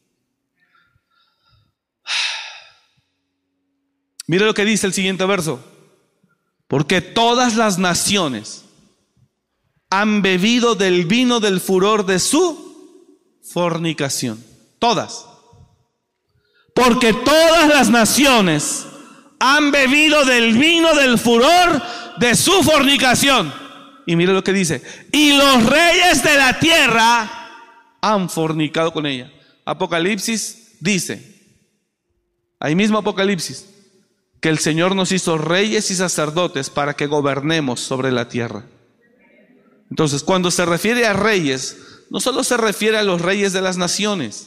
Mire lo que dice el siguiente verso: porque todas las naciones han bebido del vino del furor de su fornicación. Todas. Porque todas las naciones han bebido del vino del furor de su fornicación. Y mire lo que dice: y los reyes de la tierra han fornicado con ella. Apocalipsis dice, ahí mismo Apocalipsis, que el Señor nos hizo reyes y sacerdotes para que gobernemos sobre la tierra. Entonces, cuando se refiere a reyes, no solo se refiere a los reyes de las naciones,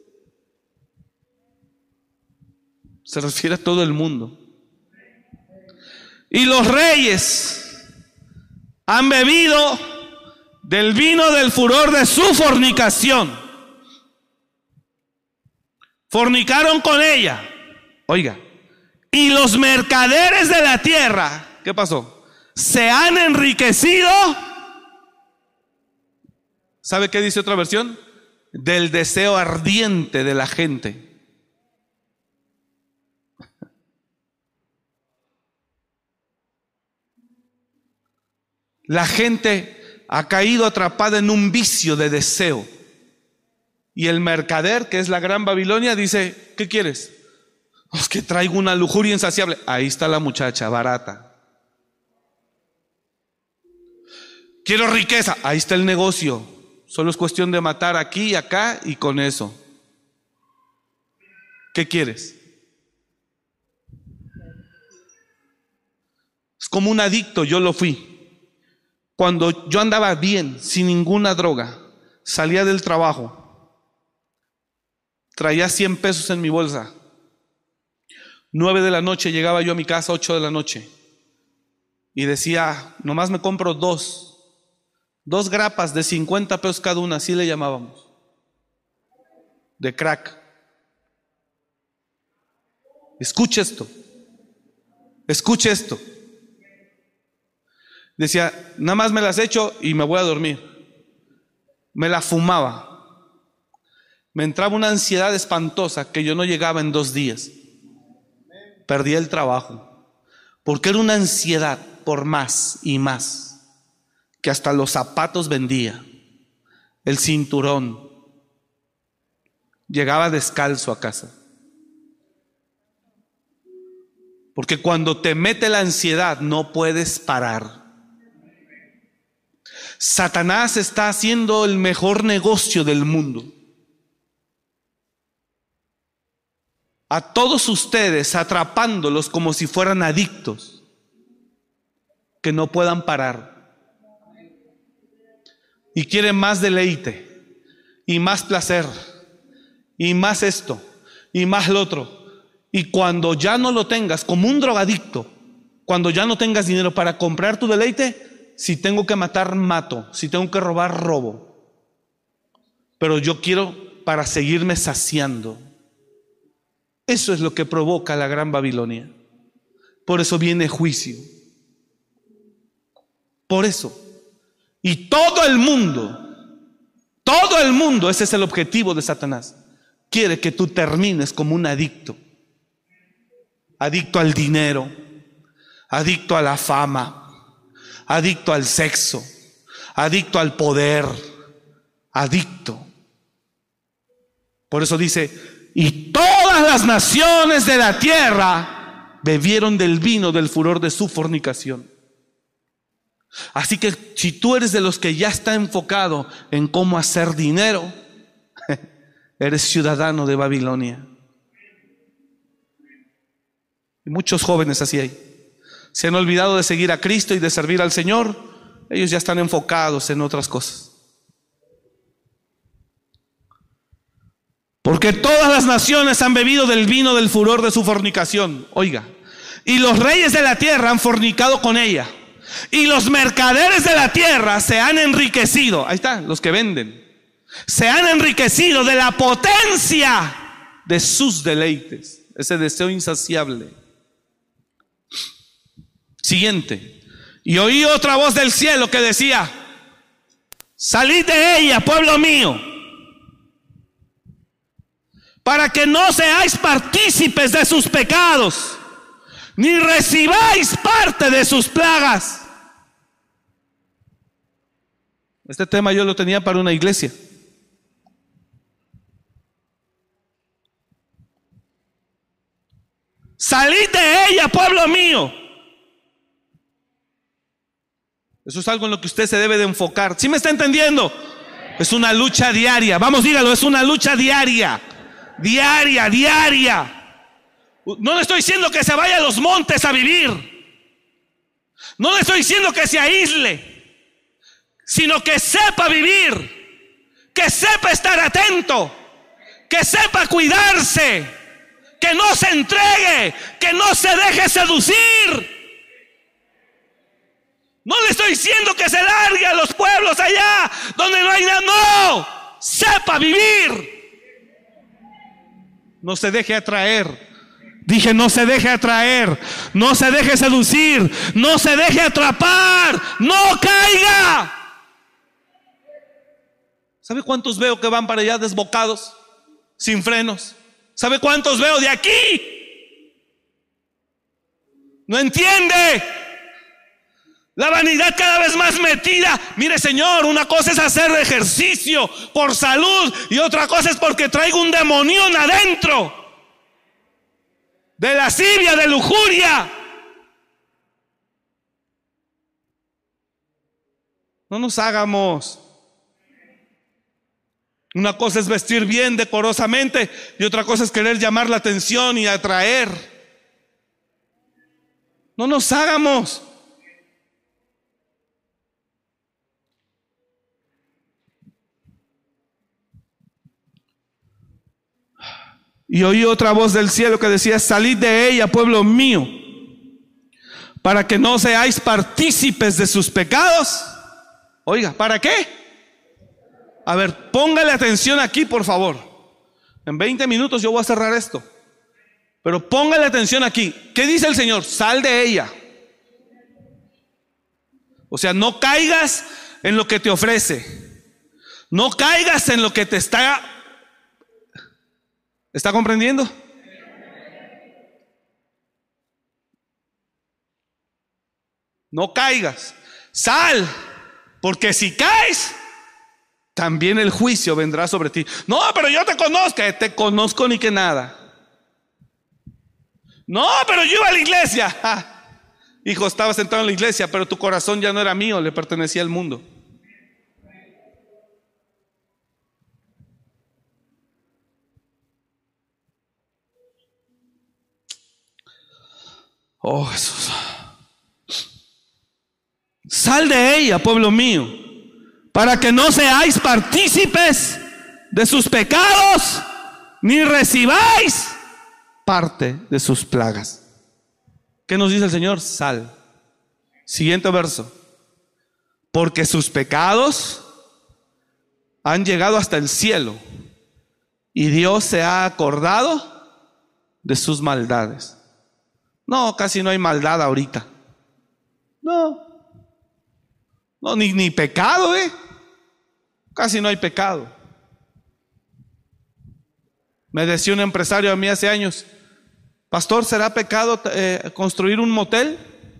se refiere a todo el mundo. Y los reyes han bebido del vino del furor de su fornicación. Fornicaron con ella. Oiga, Y los mercaderes de la tierra, ¿qué pasó? Se han enriquecido. ¿Sabe qué dice otra versión? Del deseo ardiente de la gente. La gente ha caído atrapada en un vicio de deseo. Y el mercader, que es la gran Babilonia, dice, ¿qué quieres? Es que traigo una lujuria insaciable. Ahí está la muchacha, barata. Quiero riqueza. Ahí está el negocio. Solo es cuestión de matar aquí y acá y con eso. ¿Qué quieres? Es como un adicto, yo lo fui. Cuando yo andaba bien, sin ninguna droga, salía del trabajo, traía cien pesos en mi bolsa. Nueve de la noche llegaba yo a mi casa, ocho de la noche, y decía, nomás me compro dos, dos grapas de cincuenta pesos cada una, así le llamábamos, de crack. Escuche esto, escuche esto. Decía, nada más me las echo y me voy a dormir. Me la fumaba. Me entraba una ansiedad espantosa que yo no llegaba en dos días. Perdía el trabajo. Porque era una ansiedad por más y más. Que hasta los zapatos vendía. El cinturón. Llegaba descalzo a casa. Porque cuando te mete la ansiedad no puedes parar. Satanás está haciendo el mejor negocio del mundo. A todos ustedes atrapándolos como si fueran adictos, que no puedan parar. Y quieren más deleite, y más placer, y más esto, y más lo otro. Y cuando ya no lo tengas, como un drogadicto, cuando ya no tengas dinero para comprar tu deleite, si tengo que matar, mato. Si tengo que robar, robo. Pero yo quiero para seguirme saciando. Eso es lo que provoca la gran Babilonia. Por eso viene juicio. Por eso. Y todo el mundo, todo el mundo, ese es el objetivo de Satanás. Quiere que tú termines como un adicto. Adicto al dinero, adicto a la fama, adicto al sexo, adicto al poder, adicto. Por eso dice, y todas las naciones de la tierra bebieron del vino del furor de su fornicación. Así que si tú eres de los que ya está enfocado en cómo hacer dinero, eres ciudadano de Babilonia. Y muchos jóvenes así hay. Se han olvidado de seguir a Cristo y de servir al Señor. Ellos ya están enfocados en otras cosas. Porque todas las naciones han bebido del vino del furor de su fornicación. Oiga, y los reyes de la tierra han fornicado con ella. Y los mercaderes de la tierra se han enriquecido. Ahí está, los que venden. Se han enriquecido de la potencia de sus deleites. Ese deseo insaciable. Siguiente. Y oí otra voz del cielo que decía, salid de ella, pueblo mío, para que no seáis partícipes de sus pecados, ni recibáis parte de sus plagas. Este tema yo lo tenía para una iglesia. Salid de ella, pueblo mío. Eso es algo en lo que usted se debe de enfocar. ¿Sí me está entendiendo? Es una lucha diaria. Vamos, dígalo, es una lucha diaria. Diaria, diaria. No le estoy diciendo que se vaya a los montes a vivir. No le estoy diciendo que se aísle, sino que sepa vivir, que sepa estar atento, que sepa cuidarse, que no se entregue, que no se deje seducir. No le estoy diciendo que se largue a los pueblos allá donde no hay nada. No, sepa vivir. No se deje atraer Dije, no se deje atraer, no se deje seducir, no se deje atrapar, no caiga. ¿Sabe cuántos veo que van para allá desbocados, sin frenos? ¿Sabe cuántos veo de aquí? No entiende. La vanidad cada vez más metida. Mire, Señor, una cosa es hacer ejercicio por salud y otra cosa es porque traigo un demonión adentro. De lascivia, de lujuria. No nos hagamos. Una cosa es vestir bien, decorosamente, y otra cosa es querer llamar la atención y atraer. No nos hagamos. Y oí otra voz del cielo que decía: salid de ella, pueblo mío, para que no seáis partícipes de sus pecados. Oiga, ¿para qué? A ver, póngale atención aquí, por favor. En veinte minutos yo voy a cerrar esto, pero póngale atención aquí. ¿Qué dice el Señor? Sal de ella. O sea, no caigas en lo que te ofrece. No caigas en lo que te está... ¿Está comprendiendo? No caigas. Sal, porque si caes, también el juicio vendrá sobre ti. No, pero yo te conozco. Te conozco ni que nada. No, pero yo iba a la iglesia. Ja. Hijo, estaba sentado en la iglesia, pero tu corazón ya no era mío, le pertenecía al mundo. Oh, Jesús. Sal de ella, pueblo mío, para que no seáis partícipes de sus pecados, ni recibáis parte de sus plagas. ¿Qué nos dice el Señor? Sal. Siguiente verso. Porque sus pecados han llegado hasta el cielo, y Dios se ha acordado de sus maldades. No, casi no hay maldad ahorita. No. No, ni, ni pecado, ¿eh? Casi no hay pecado. Me decía un empresario a mí hace años: pastor, ¿será pecado eh, construir un motel?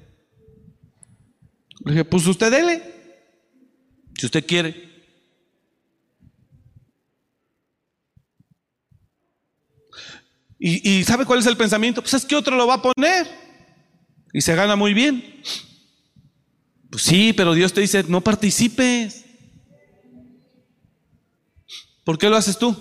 Le dije, pues usted dele, si usted quiere. Y, y ¿sabe cuál es el pensamiento? Pues es que otro lo va a poner y se gana muy bien. Pues sí, pero Dios te dice: no participes. ¿Por qué lo haces tú?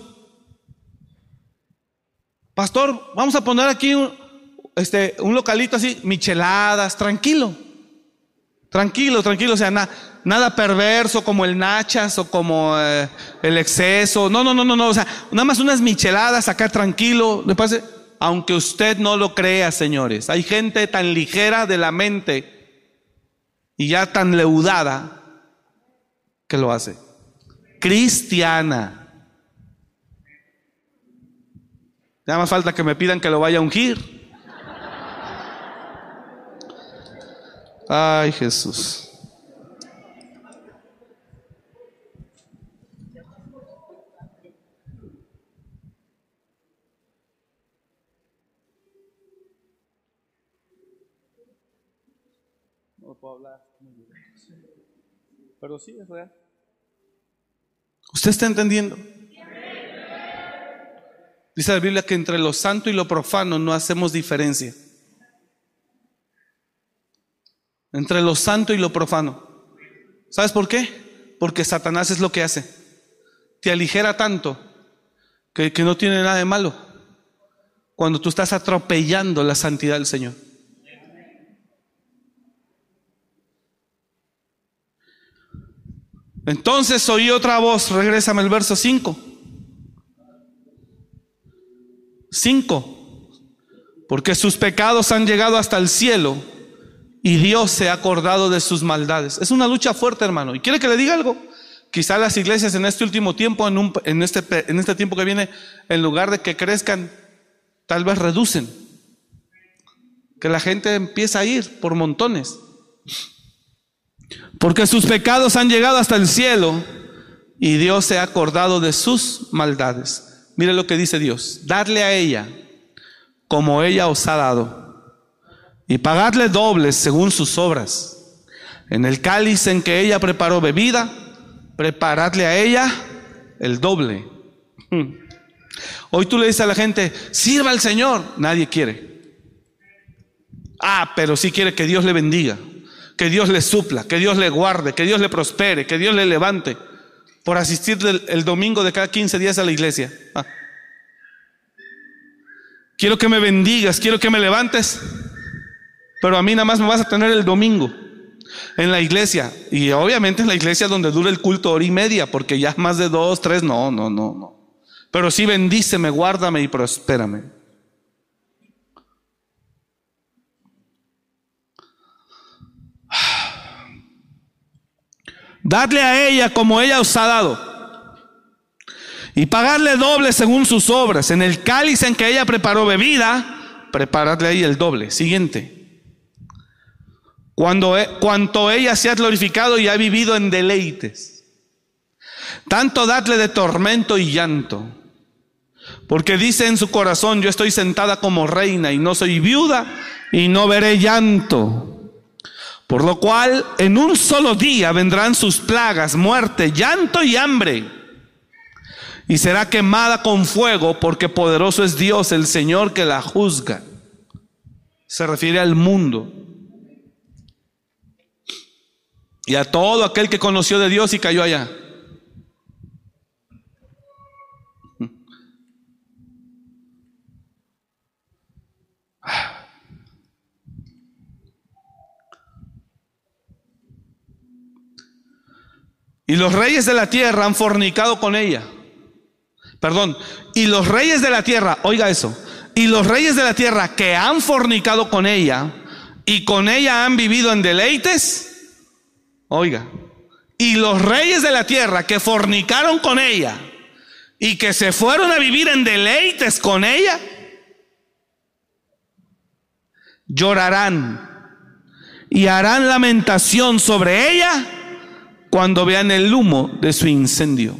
Pastor, vamos a poner aquí un, este, un localito así, micheladas, tranquilo. Tranquilo, tranquilo, o sea, na, nada perverso como el nachas o como eh, el exceso. No, no, no, no, no, o sea, nada más unas micheladas acá tranquilo. ¿Le parece? Aunque usted no lo crea, señores, hay gente tan ligera de la mente y ya tan leudada que lo hace. Cristiana. Nada más falta que me pidan que lo vaya a ungir. Ay, Jesús. No puedo hablar, pero sí es real. ¿Usted está entendiendo? Dice la Biblia que entre lo santo y lo profano no hacemos diferencia. Entre lo santo y lo profano. ¿Sabes por qué? Porque Satanás es lo que hace. Te aligera tanto que, que no tiene nada de malo cuando tú estás atropellando la santidad del Señor. Entonces oí otra voz. Regrésame el verso cinco. cinco. Porque sus pecados han llegado hasta el cielo, y Dios se ha acordado de sus maldades. Es una lucha fuerte, hermano. ¿Y quiere que le diga algo? Quizá las iglesias en este último tiempo, en, un, en, este, en este tiempo que viene, en lugar de que crezcan, tal vez reducen. que la gente empieza a ir por montones. Porque sus pecados han llegado hasta el cielo y Dios se ha acordado de sus maldades. Mire lo que dice Dios: darle a ella como ella os ha dado y pagarle dobles según sus obras. En el cáliz en que ella preparó bebida, preparadle a ella el doble. Hoy tú le dices a la gente: sirva al Señor. Nadie quiere. Ah, pero sí quiere que Dios le bendiga, que Dios le supla, que Dios le guarde, que Dios le prospere, que Dios le levante por asistir el, el domingo de cada quince días a la iglesia. Ah. Quiero que me bendigas, quiero que me levantes, pero a mí nada más me vas a tener el domingo en la iglesia, y obviamente en la iglesia donde dura el culto hora y media, porque ya más de dos, tres, no, no, no, no. Pero sí, bendíceme, guárdame y prospérame. Dadle a ella como ella os ha dado y pagarle doble según sus obras. En el cáliz en que ella preparó bebida, preparadle ahí el doble. Siguiente. Cuando, cuanto ella se ha glorificado y ha vivido en deleites, tanto dadle de tormento y llanto, porque dice en su corazón: yo estoy sentada como reina y no soy viuda y no veré llanto. Por lo cual en un solo día vendrán sus plagas, muerte, llanto y hambre, y será quemada con fuego, porque poderoso es Dios, el Señor, que la juzga. Se refiere al mundo y a todo aquel que conoció de Dios y cayó allá. Y los reyes de la tierra han fornicado con ella. Perdón, y los reyes de la tierra, oiga eso, y los reyes de la tierra que han fornicado con ella y con ella han vivido en deleites. Oiga, y los reyes de la tierra que fornicaron con ella y que se fueron a vivir en deleites con ella, llorarán y harán lamentación sobre ella cuando vean el humo de su incendio.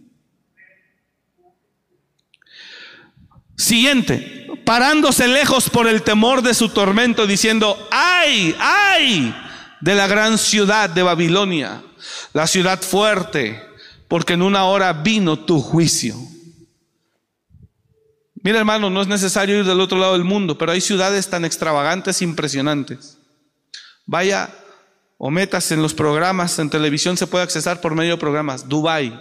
Siguiente, parándose lejos por el temor de su tormento, diciendo: ¡ay, ay! De la gran ciudad de Babilonia, la ciudad fuerte, porque en una hora vino tu juicio. Mira, hermano, no es necesario ir del otro lado del mundo, pero hay ciudades tan extravagantes, impresionantes. Vaya o metas en los programas, en televisión se puede accesar por medio de programas. Dubái.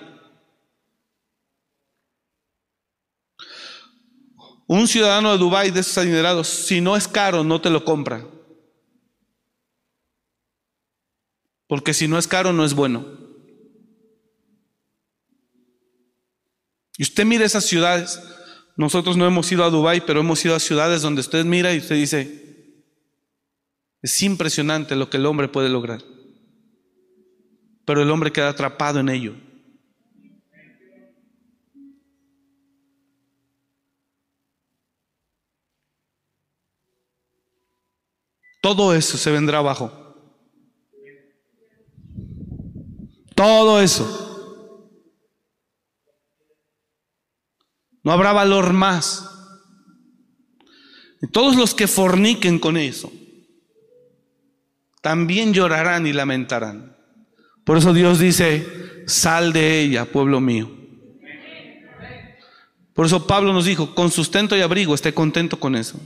Un ciudadano de Dubái, de esos adinerados, si no es caro, no te lo compra. Porque si no es caro, no es bueno. Y usted mira esas ciudades. Nosotros no hemos ido a Dubái, pero hemos ido a ciudades donde usted mira y usted dice: es impresionante lo que el hombre puede lograr. Pero el hombre queda atrapado en ello. Todo eso se vendrá abajo. Todo eso. No habrá valor más. Y todos los que forniquen con eso también llorarán y lamentarán. Por eso Dios dice: sal de ella, pueblo mío. Por eso Pablo nos dijo: con sustento y abrigo, esté contento con eso.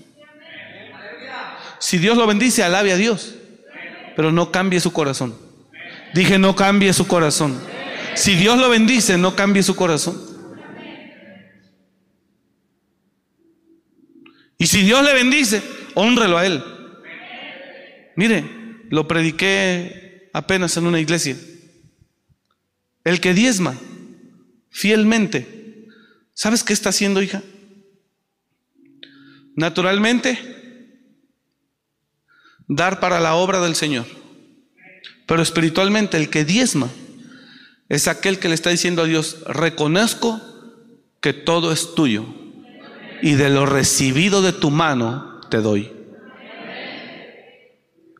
Si Dios lo bendice, alabe a Dios, pero no cambie su corazón. Dije: no cambie su corazón. Si Dios lo bendice, no cambie su corazón. Y si Dios le bendice, hónrelo a Él. Mire, lo prediqué apenas en una iglesia. El que diezma fielmente, ¿sabes qué está haciendo, hija? Naturalmente, dar para la obra del Señor. Pero espiritualmente, el que diezma es aquel que le está diciendo a Dios: reconozco que todo es tuyo y de lo recibido de tu mano te doy.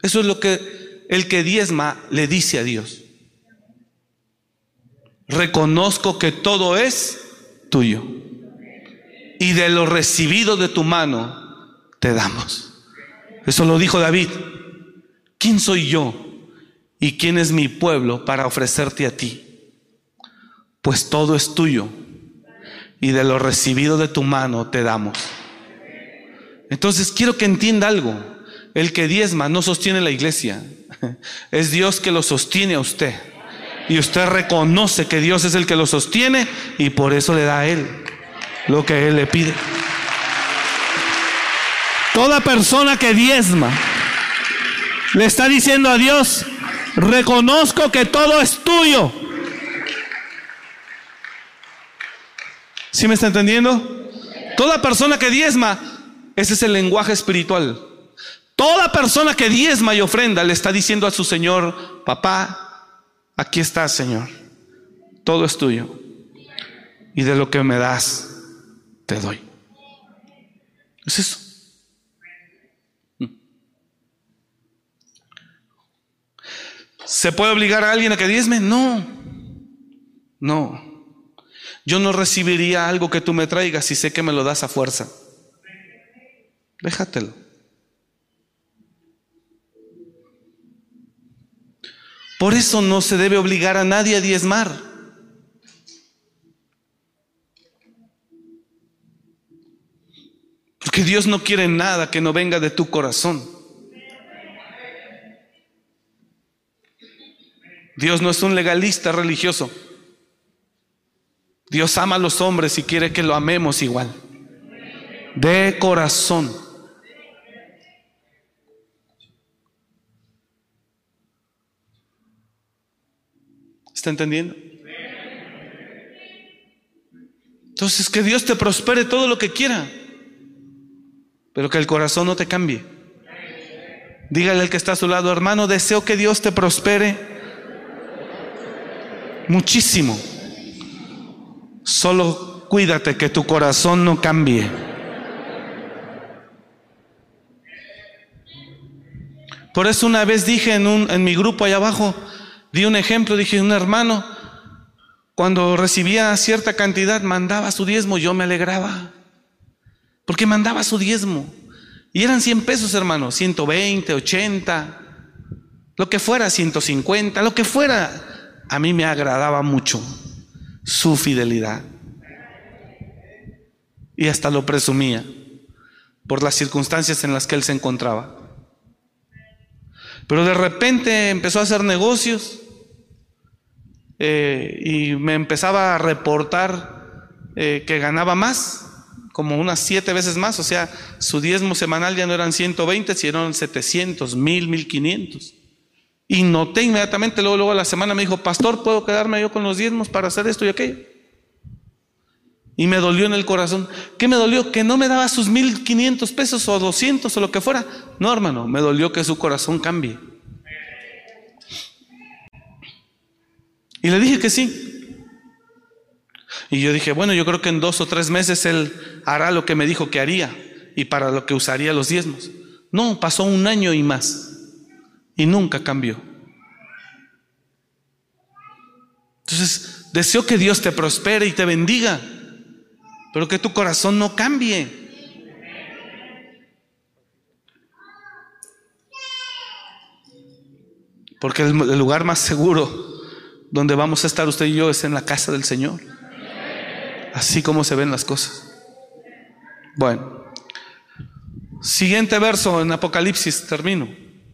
Eso es lo que el que diezma le dice a Dios. Reconozco que todo es tuyo, y de lo recibido de tu mano te damos. Eso lo dijo David. ¿Quién soy yo y quién es mi pueblo para ofrecerte a ti? Pues todo es tuyo, y de lo recibido de tu mano te damos. Entonces quiero que entienda algo. El que diezma no sostiene la iglesia. Es Dios que lo sostiene a usted. Y usted reconoce que Dios es el que lo sostiene, y por eso le da a Él lo que Él le pide. Toda persona que diezma le está diciendo a Dios: reconozco que todo es tuyo. ¿Sí me está entendiendo? Toda persona que diezma, ese es el lenguaje espiritual. Toda persona que diezma y ofrenda le está diciendo a su Señor: papá, aquí estás, Señor, todo es tuyo, y de lo que me das te doy. Es eso. ¿Se puede obligar a alguien a que diezme? No, no. Yo no recibiría algo que tú me traigas si sé que me lo das a fuerza. Déjatelo. Por eso no se debe obligar a nadie a diezmar. Porque Dios no quiere nada que no venga de tu corazón. Dios no es un legalista religioso. Dios ama a los hombres y quiere que lo amemos igual, de corazón. ¿Está entendiendo? Entonces, que Dios te prospere todo lo que quiera, pero que el corazón no te cambie. Dígale al que está a su lado: hermano, deseo que Dios te prospere muchísimo. Solo cuídate que tu corazón no cambie. Por eso una vez dije en, un, en mi grupo allá abajo, di un ejemplo, dije: un hermano cuando recibía cierta cantidad mandaba su diezmo, yo me alegraba, porque mandaba su diezmo, y eran cien pesos, hermano, ciento veinte, ochenta, lo que fuera, ciento cincuenta, lo que fuera. A mí me agradaba mucho su fidelidad, y hasta lo presumía por las circunstancias en las que él se encontraba. Pero de repente empezó a hacer negocios, eh, y me empezaba a reportar eh, que ganaba más, como unas siete veces más. O sea, su diezmo semanal ya no eran ciento veinte, sino eran setecientos, mil, mil quinientos. Y noté inmediatamente, luego, luego a la semana me dijo: pastor, ¿puedo quedarme yo con los diezmos para hacer esto y aquello? Y me dolió en el corazón. ¿Qué me dolió? Que no me daba sus mil quinientos pesos o doscientos o lo que fuera. No, hermano, me dolió que su corazón cambie. Y le dije que sí. Y yo dije: bueno, yo creo que en dos o tres meses él hará lo que me dijo que haría y para lo que usaría los diezmos. No, pasó un año y más y nunca cambió. Entonces, deseo que Dios te prospere y te bendiga, pero que tu corazón no cambie. Porque el, el lugar más seguro donde vamos a estar usted y yo es en la casa del Señor, así como se ven las cosas. Bueno, siguiente verso en Apocalipsis, termino.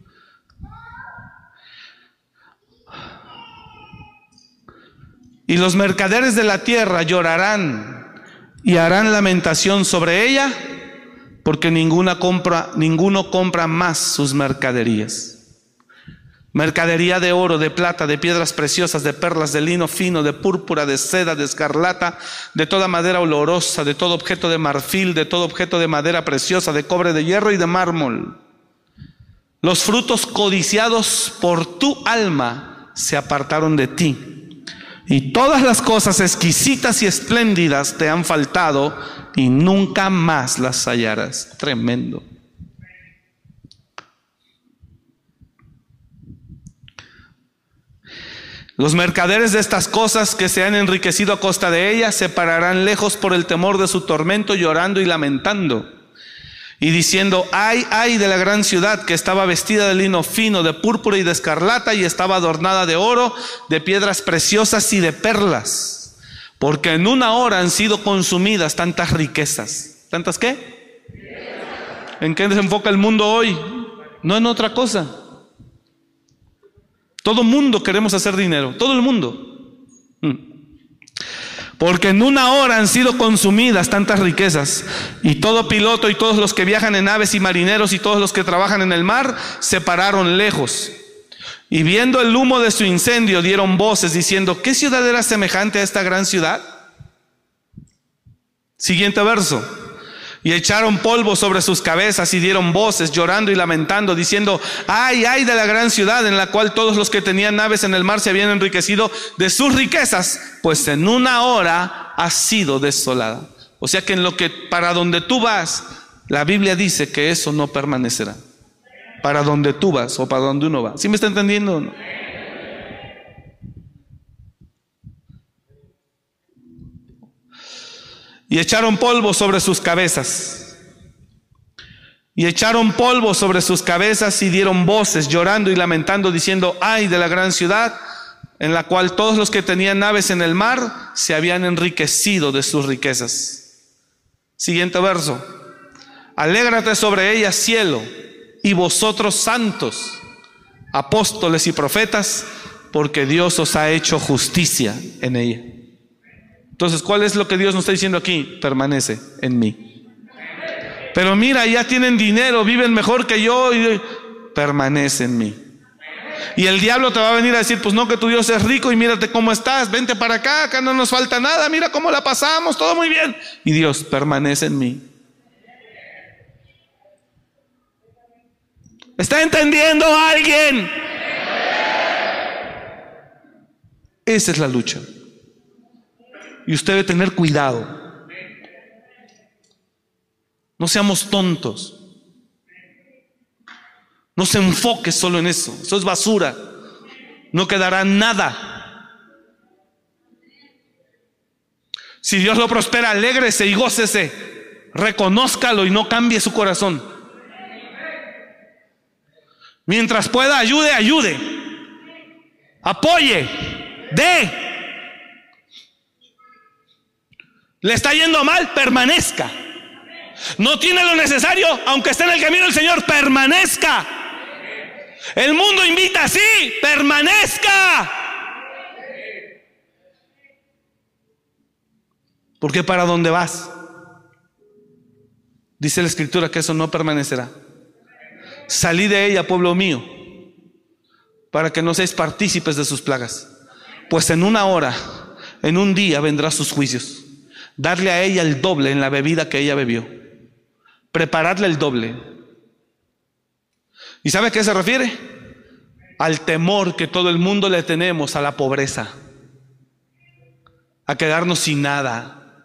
Y los mercaderes de la tierra llorarán y harán lamentación sobre ella, porque ninguna compra, ninguno compra más sus mercaderías. Mercadería de oro, de plata, de piedras preciosas, de perlas, de lino fino, de púrpura, de seda, de escarlata, de toda madera olorosa, de todo objeto de marfil, de todo objeto de madera preciosa, de cobre, de hierro y de mármol. Los frutos codiciados por tu alma se apartaron de ti, y todas las cosas exquisitas y espléndidas te han faltado, y nunca más las hallarás. Tremendo. Los mercaderes de estas cosas que se han enriquecido a costa de ellas se pararán lejos por el temor de su tormento, llorando y lamentando, y diciendo: ay, ay de la gran ciudad, que estaba vestida de lino fino, de púrpura y de escarlata, y estaba adornada de oro, de piedras preciosas y de perlas, porque en una hora han sido consumidas tantas riquezas. ¿Tantas qué? ¿En qué se enfoca el mundo hoy? No en otra cosa. Todo mundo queremos hacer dinero, todo el mundo. Porque en una hora han sido consumidas tantas riquezas, y todo piloto y todos los que viajan en naves y marineros y todos los que trabajan en el mar se pararon lejos. Y viendo el humo de su incendio dieron voces diciendo: ¿qué ciudad era semejante a esta gran ciudad? Siguiente verso. Y echaron polvo sobre sus cabezas y dieron voces, llorando y lamentando, diciendo: ay, ay de la gran ciudad, en la cual todos los que tenían naves en el mar se habían enriquecido de sus riquezas, pues en una hora ha sido desolada. O sea que en lo que para donde tú vas, la Biblia dice que eso no permanecerá. Para donde tú vas o para donde uno va. ¿Sí me está entendiendo o no? Y echaron polvo sobre sus cabezas. Y echaron polvo sobre sus cabezas y dieron voces, llorando y lamentando, diciendo: ay de la gran ciudad, en la cual todos los que tenían naves en el mar se habían enriquecido de sus riquezas. Siguiente verso. Alégrate sobre ella, cielo, y vosotros santos, apóstoles y profetas, porque Dios os ha hecho justicia en ella. Entonces, ¿cuál es lo que Dios nos está diciendo aquí? Permanece en mí. Pero mira, ya tienen dinero, viven mejor que yo, y permanece en mí. Y el diablo te va a venir a decir: pues no, que tu Dios es rico y mírate cómo estás, vente para acá, acá no nos falta nada, mira cómo la pasamos, todo muy bien. Y Dios, permanece en mí. ¿Está entendiendo alguien? Esa es la lucha. Y usted debe tener cuidado. No seamos tontos. No se enfoque solo en eso. Eso es basura. No quedará nada. Si Dios lo prospera, alégrese y gócese. Reconózcalo y no cambie su corazón. Mientras pueda, ayude, ayude. Apoye. Dé. ¿Le está yendo mal? Permanezca. No tiene lo necesario, aunque esté en el camino del Señor, permanezca. El mundo invita, sí, permanezca. Porque para dónde vas, dice la Escritura que eso no permanecerá. Salí de ella, pueblo mío, para que no seáis partícipes de sus plagas. Pues en una hora, en un día vendrá sus juicios. Darle a ella el doble en la bebida que ella bebió. Prepararle el doble. ¿Y sabe a qué se refiere? Al temor que todo el mundo le tenemos a la pobreza, a quedarnos sin nada.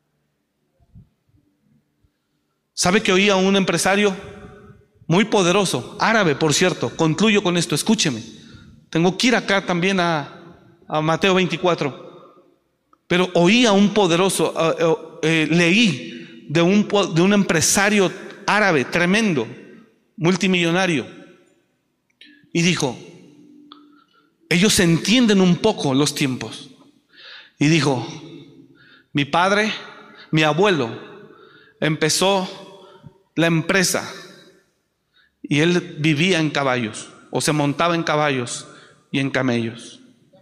¿Sabe que oí a un empresario muy poderoso, árabe por cierto? Concluyo con esto, escúcheme. Tengo que ir acá también a, a Mateo veinticuatro. Pero oí a un poderoso, uh, uh, eh, leí de un, de un empresario árabe tremendo, multimillonario, y dijo: ellos entienden un poco los tiempos. Y dijo: mi padre, mi abuelo, empezó la empresa y él vivía en caballos, o se montaba en caballos y en camellos.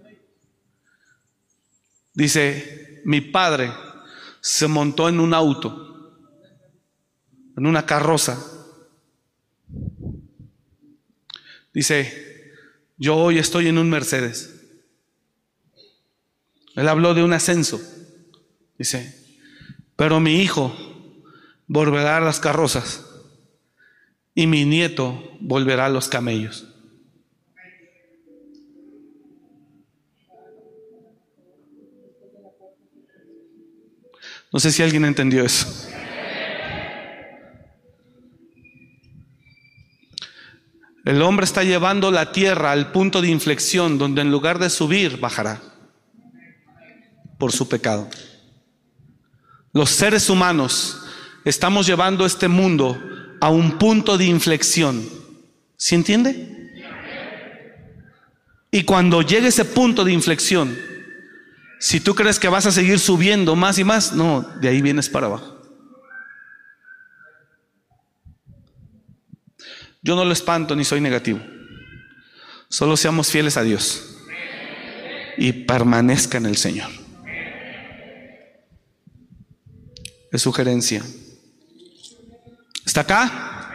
Dice: mi padre se montó en un auto, en una carroza. Dice: yo hoy estoy en un Mercedes. Él habló de un ascenso. Dice: pero mi hijo volverá a las carrozas y mi nieto volverá a los camellos. No sé si alguien entendió eso. El hombre está llevando la tierra al punto de inflexión donde en lugar de subir, bajará por su pecado. Los seres humanos estamos llevando este mundo a un punto de inflexión. ¿Sí entiende? Y cuando llegue ese punto de inflexión, si tú crees que vas a seguir subiendo más y más, no, de ahí vienes para abajo. Yo no lo espanto ni soy negativo. Solo seamos fieles a Dios y permanezca en el Señor. Es sugerencia. ¿Está acá?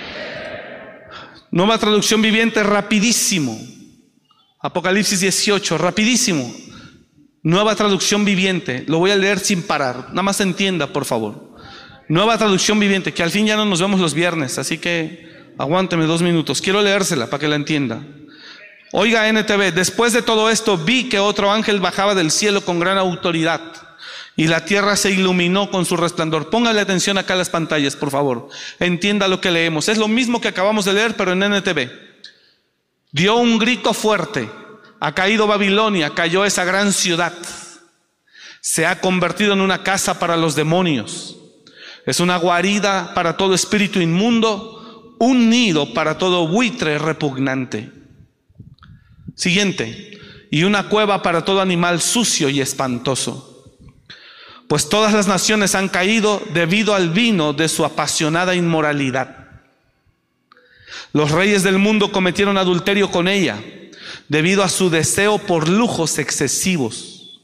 Nueva traducción viviente, rapidísimo. Apocalipsis dieciocho, rapidísimo. Nueva traducción viviente. Lo voy a leer sin parar. Nada más entienda, por favor. Nueva traducción viviente, que al fin ya no nos vemos los viernes, así que aguánteme dos minutos. Quiero leérsela para que la entienda. Oiga, N T V, después de todo esto vi que otro ángel bajaba del cielo con gran autoridad y la tierra se iluminó con su resplandor. Póngale atención acá a las pantallas, por favor. Entienda lo que leemos. Es lo mismo que acabamos de leer, pero en N T V. Dio un grito fuerte. Ha caído Babilonia, cayó esa gran ciudad. Se ha convertido en una casa para los demonios. Es una guarida para todo espíritu inmundo, un nido para todo buitre repugnante. Siguiente. Y una cueva para todo animal sucio y espantoso. Pues todas las naciones han caído debido al vino de su apasionada inmoralidad. Los reyes del mundo cometieron adulterio con ella, debido a su deseo por lujos excesivos.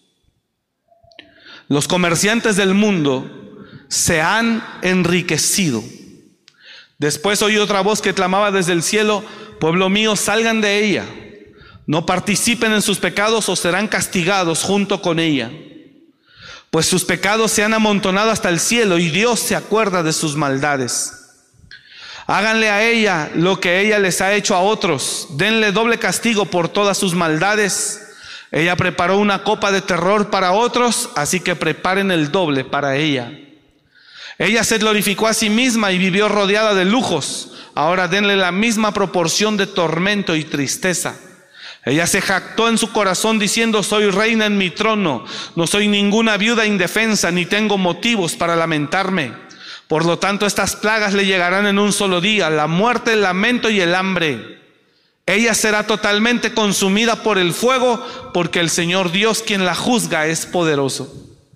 Los comerciantes del mundo se han enriquecido. Después oí otra voz que clamaba desde el cielo: pueblo mío, salgan de ella, no participen en sus pecados o serán castigados junto con ella. Pues sus pecados se han amontonado hasta el cielo y Dios se acuerda de sus maldades. Háganle a ella lo que ella les ha hecho a otros. Denle doble castigo por todas sus maldades. Ella preparó una copa de terror para otros, así que preparen el doble para ella. Ella se glorificó a sí misma y vivió rodeada de lujos. Ahora denle la misma proporción de tormento y tristeza. Ella se jactó en su corazón diciendo: soy reina en mi trono, no soy ninguna viuda indefensa, ni tengo motivos para lamentarme. Por lo tanto, estas plagas le llegarán en un solo día: la muerte, el lamento y el hambre. Ella será totalmente consumida por el fuego, porque el Señor Dios, quien la juzga, es poderoso.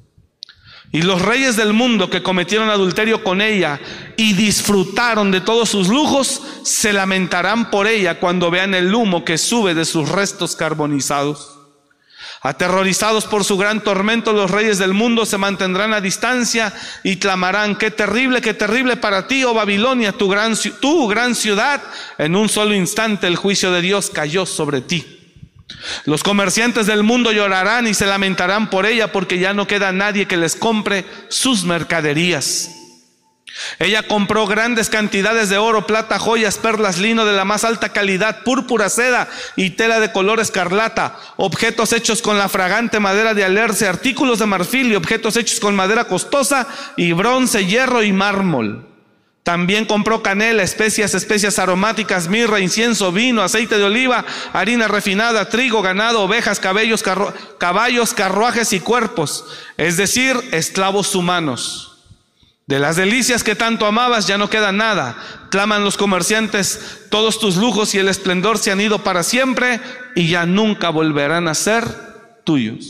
Y los reyes del mundo que cometieron adulterio con ella y disfrutaron de todos sus lujos, se lamentarán por ella cuando vean el humo que sube de sus restos carbonizados. Aterrorizados por su gran tormento, los reyes del mundo se mantendrán a distancia y clamarán: qué terrible, qué terrible para ti, oh Babilonia, tu gran, tu gran ciudad. En un solo instante el juicio de Dios cayó sobre ti. Los comerciantes del mundo llorarán y se lamentarán por ella, porque ya no queda nadie que les compre sus mercaderías. Ella compró grandes cantidades de oro, plata, joyas, perlas, lino de la más alta calidad, púrpura, seda y tela de color escarlata, objetos hechos con la fragante madera de alerce, artículos de marfil y objetos hechos con madera costosa y bronce, hierro y mármol. También compró canela, especias, especias aromáticas, mirra, incienso, vino, aceite de oliva, harina refinada, trigo, ganado, ovejas, cabellos, carru- caballos, carruajes y cuerpos, es decir, esclavos humanos. De las delicias que tanto amabas ya no queda nada. Claman los comerciantes: todos tus lujos y el esplendor se han ido para siempre y ya nunca volverán a ser tuyos.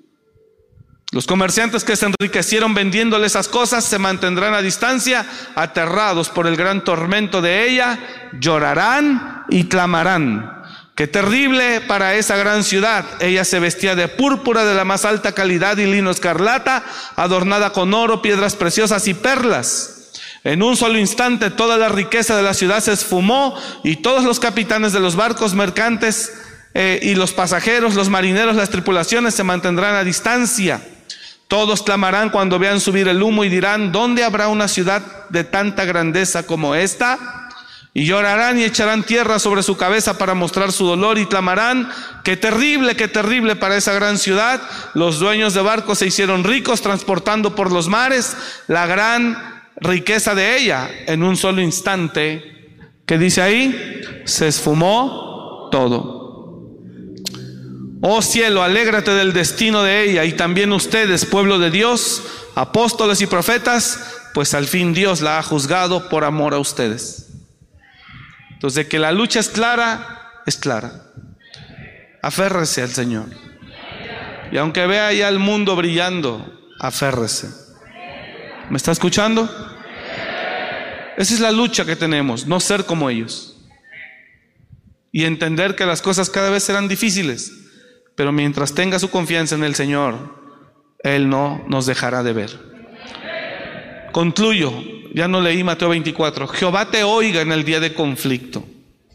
Los comerciantes que se enriquecieron vendiéndole esas cosas se mantendrán a distancia, aterrados por el gran tormento de ella, llorarán y clamarán: qué terrible para esa gran ciudad. Ella se vestía de púrpura de la más alta calidad y lino escarlata, adornada con oro, piedras preciosas y perlas. En un solo instante toda la riqueza de la ciudad se esfumó y todos los capitanes de los barcos mercantes eh, y los pasajeros, los marineros, las tripulaciones se mantendrán a distancia. Todos clamarán cuando vean subir el humo y dirán: ¿dónde habrá una ciudad de tanta grandeza como esta? Y llorarán y echarán tierra sobre su cabeza para mostrar su dolor y clamarán: qué terrible, qué terrible para esa gran ciudad. Los dueños de barcos se hicieron ricos transportando por los mares la gran riqueza de ella. En un solo instante ¿Qué dice ahí? Se esfumó todo. Oh cielo, alégrate del destino de ella, y también ustedes, pueblo de Dios, apóstoles y profetas, pues al fin Dios la ha juzgado por amor a ustedes. Entonces, de que la lucha es clara, es clara. Aférrese al Señor. Y aunque vea ya el mundo brillando, aférrese. ¿Me está escuchando? Esa es la lucha que tenemos, no ser como ellos. Y entender que las cosas cada vez serán difíciles, pero mientras tenga su confianza en el Señor, Él no nos dejará de ver. Concluyo, ya no leí Mateo veinticuatro. Jehová te oiga en el día de conflicto.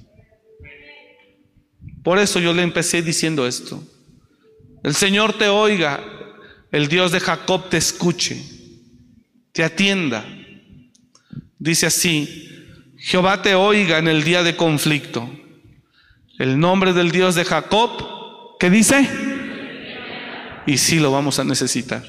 Por eso yo le empecé diciendo esto. El Señor te oiga, el Dios de Jacob te escuche, te atienda. Dice así: Jehová te oiga en el día de conflicto. El nombre del Dios de Jacob, ¿qué dice? Y sí lo vamos a necesitar.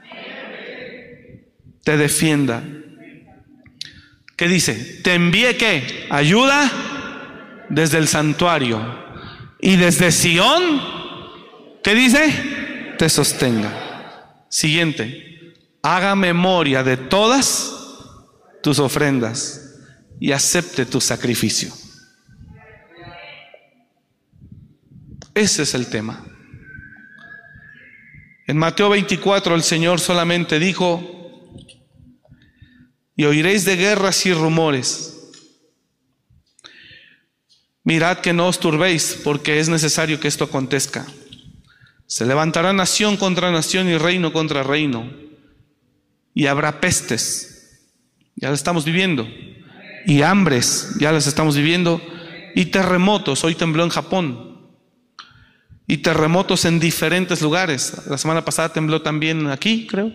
Te defienda. ¿Qué dice? Te envíe ¿qué? Ayuda desde el santuario, y desde Sión, ¿qué dice? Te sostenga. Siguiente: haga memoria de todas tus ofrendas y acepte tu sacrificio. Ese es el tema. En Mateo veinticuatro el Señor solamente dijo: y oiréis de guerras y rumores. Mirad que no os turbéis, porque es necesario que esto acontezca. Se levantará nación contra nación y reino contra reino, y habrá pestes, ya las estamos viviendo, y hambres, ya las estamos viviendo, y terremotos. Hoy tembló en Japón, y terremotos en diferentes lugares. La semana pasada tembló también aquí, creo.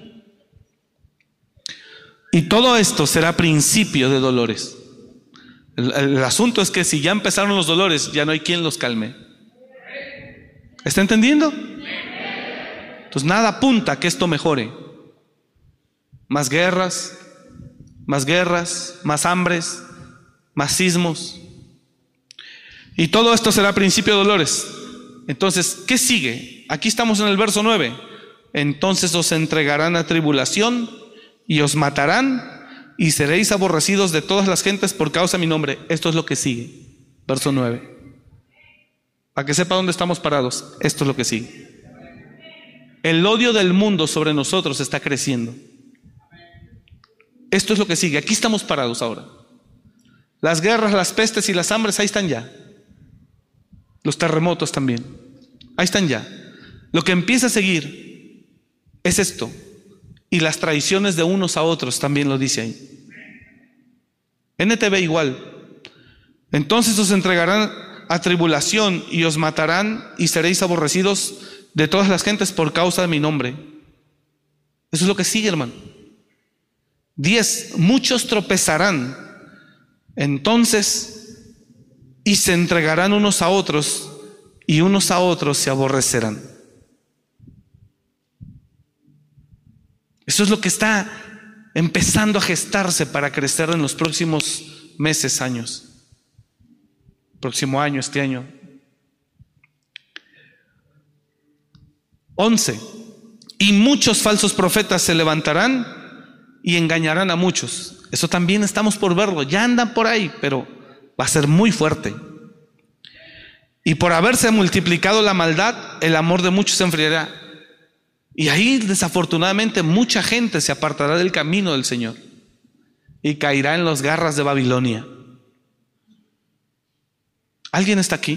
Y todo esto será principio de dolores. El, el asunto es que si ya empezaron los dolores, ya no hay quien los calme. ¿Está entendiendo? Entonces nada apunta a que esto mejore. Más guerras, más guerras, más hambres, más sismos. Y todo esto será principio de dolores. Entonces, ¿qué sigue? Aquí estamos en el verso nueve. Entonces os entregarán a tribulación y os matarán, y seréis aborrecidos de todas las gentes por causa de mi nombre. Esto es lo que sigue. Verso nueve. Para que sepa dónde estamos parados, esto es lo que sigue. El odio del mundo sobre nosotros está creciendo. Esto es lo que sigue. Aquí estamos parados ahora. Las guerras, las pestes y las hambres, ahí están ya. Los terremotos también. Ahí están ya. Lo que empieza a seguir es esto. Y las traiciones de unos a otros también lo dice ahí. N T V igual. Entonces os entregarán a tribulación y os matarán, y seréis aborrecidos de todas las gentes por causa de mi nombre. Eso es lo que sigue, hermano. Diez, muchos tropezarán entonces y se entregarán unos a otros, y unos a otros se aborrecerán. Eso es lo que está empezando a gestarse para crecer en los próximos meses, años. Próximo año, este año. Once. Y muchos falsos profetas se levantarán y engañarán a muchos. Eso también estamos por verlo. Ya andan por ahí, pero va a ser muy fuerte. Y por haberse multiplicado la maldad, el amor de muchos se enfriará. Y ahí, desafortunadamente, mucha gente se apartará del camino del Señor y caerá en las garras de Babilonia. ¿Alguien está aquí?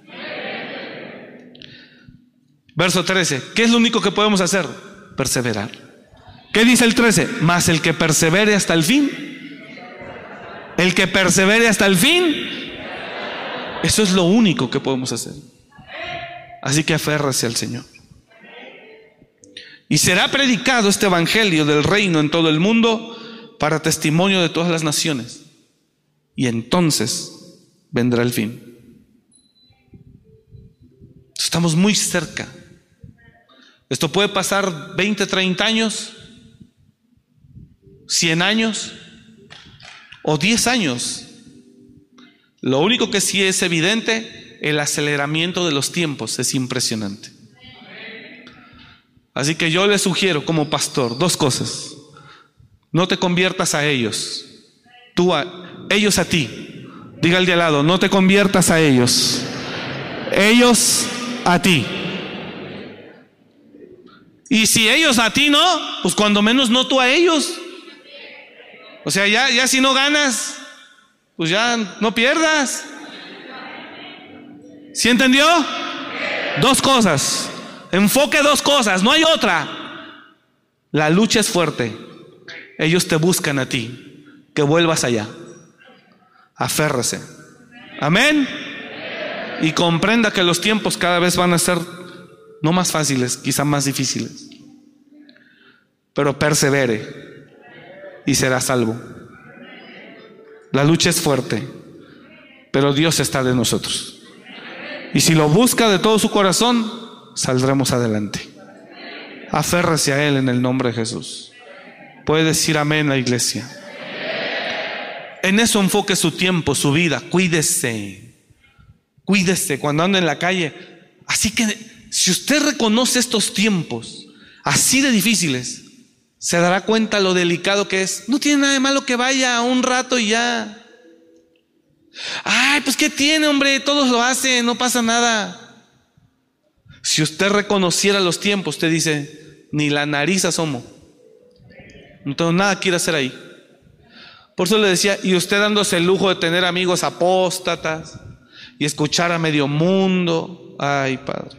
Verso trece. ¿Qué es lo único que podemos hacer? Perseverar. ¿Qué dice el trece? Mas el que persevere hasta el fin. El que persevere hasta el fin. Eso es lo único que podemos hacer. Así que aférrase al Señor. Y será predicado este evangelio del reino en todo el mundo para testimonio de todas las naciones. Y entonces vendrá el fin. Estamos muy cerca. Esto puede pasar veinte, treinta años, cien años o diez años. Lo único que sí es evidente, el aceleramiento de los tiempos es impresionante. Así que yo les sugiero como pastor dos cosas. No te conviertas a ellos, tú a ellos a ti. Diga al de al lado, no te conviertas a ellos, ellos a ti. Y si ellos a ti no, pues cuando menos no tú a ellos. O sea, ya, ya si no ganas, pues ya no pierdas. ¿Sí entendió? Dos cosas. Enfoque dos cosas, no hay otra. La lucha es fuerte. Ellos te buscan a ti, que vuelvas allá. Aférrese. Amén. Y comprenda que los tiempos cada vez van a ser no más fáciles, quizá más difíciles. Pero persevere y será salvo. La lucha es fuerte, pero Dios está de nosotros. Y si lo busca de todo su corazón, saldremos adelante. Aférrese a Él en el nombre de Jesús. Puede decir amén la iglesia. En eso enfoque su tiempo, su vida. Cuídese. Cuídese cuando ande en la calle. Así que si usted reconoce estos tiempos así de difíciles, se dará cuenta lo delicado que es. No tiene nada de malo que vaya un rato y ya. Ay, pues ¿qué tiene, hombre? Todos lo hacen, no pasa nada. Si usted reconociera los tiempos, usted dice, ni la nariz asomo. No tengo nada que ir a hacer ahí. Por eso le decía, y usted dándose el lujo de tener amigos apóstatas y escuchar a medio mundo. Ay, Padre.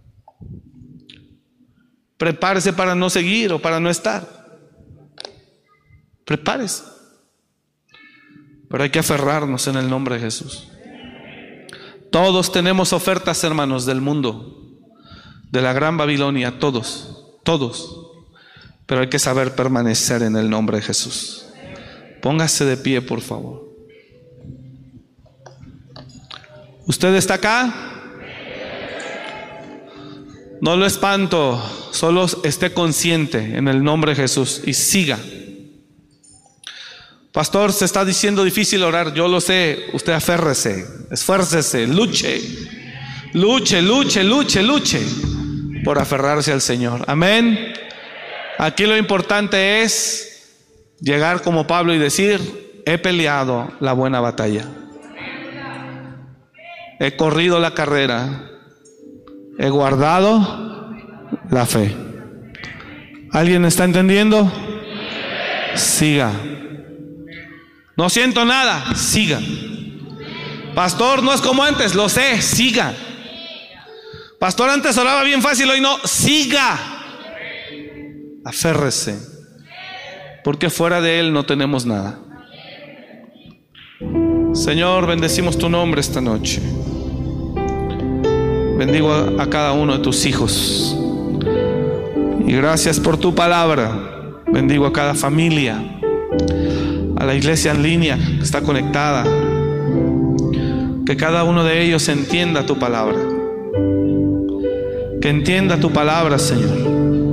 Prepárese para no seguir o para no estar. Prepárese. Pero hay que aferrarnos en el nombre de Jesús. Todos tenemos ofertas, hermanos, del mundo, de la gran Babilonia, todos, todos. Pero hay que saber permanecer en el nombre de Jesús. Póngase de pie, por favor. ¿Usted está acá? No lo espanto, solo esté consciente en el nombre de Jesús y siga. Pastor, se está diciendo difícil orar, yo lo sé. Usted aférrese, esfuércese, luche, luche, luche, luche, luche por aferrarse al Señor. Amén. Aquí lo importante es llegar como Pablo y decir, he peleado la buena batalla, he corrido la carrera, he guardado la fe. ¿Alguien está entendiendo? Siga. No siento nada, siga. Pastor, no es como antes, lo sé, siga. Pastor, antes oraba bien fácil, hoy no, siga. Aférrese, porque fuera de Él no tenemos nada. Señor, bendecimos tu nombre esta noche. Bendigo a, a cada uno de tus hijos. Y gracias por tu palabra. Bendigo a cada familia, a la iglesia en línea que está conectada. Que cada uno de ellos entienda tu palabra. Que entienda tu palabra, Señor.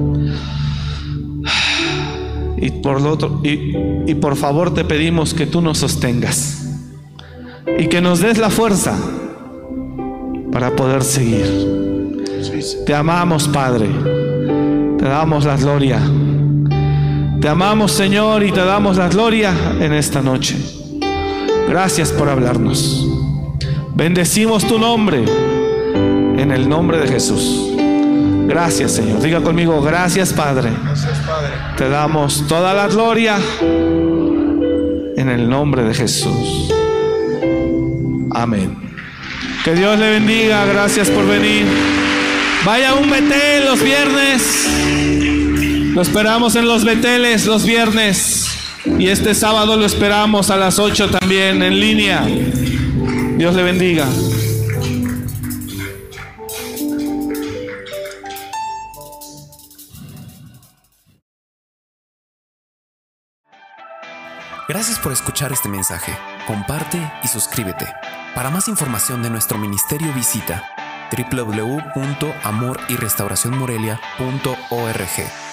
Y por lo otro, y, y por favor te pedimos que tú nos sostengas y que nos des la fuerza para poder seguir. Te amamos, Padre. Te damos la gloria. Te amamos, Señor, y te damos la gloria en esta noche. Gracias por hablarnos. Bendecimos tu nombre en el nombre de Jesús. Gracias, Señor. Diga conmigo, gracias, Padre. Gracias, Padre. Te damos toda la gloria en el nombre de Jesús. Amén. Que Dios le bendiga. Gracias por venir. Vaya a un Betel los viernes. Lo esperamos en los Beteles los viernes. Y este sábado lo esperamos a las ocho también en línea. Dios le bendiga. Gracias por escuchar este mensaje. Comparte y suscríbete. Para más información de nuestro ministerio visita doble u doble u doble u punto amor y restauración morelia punto org.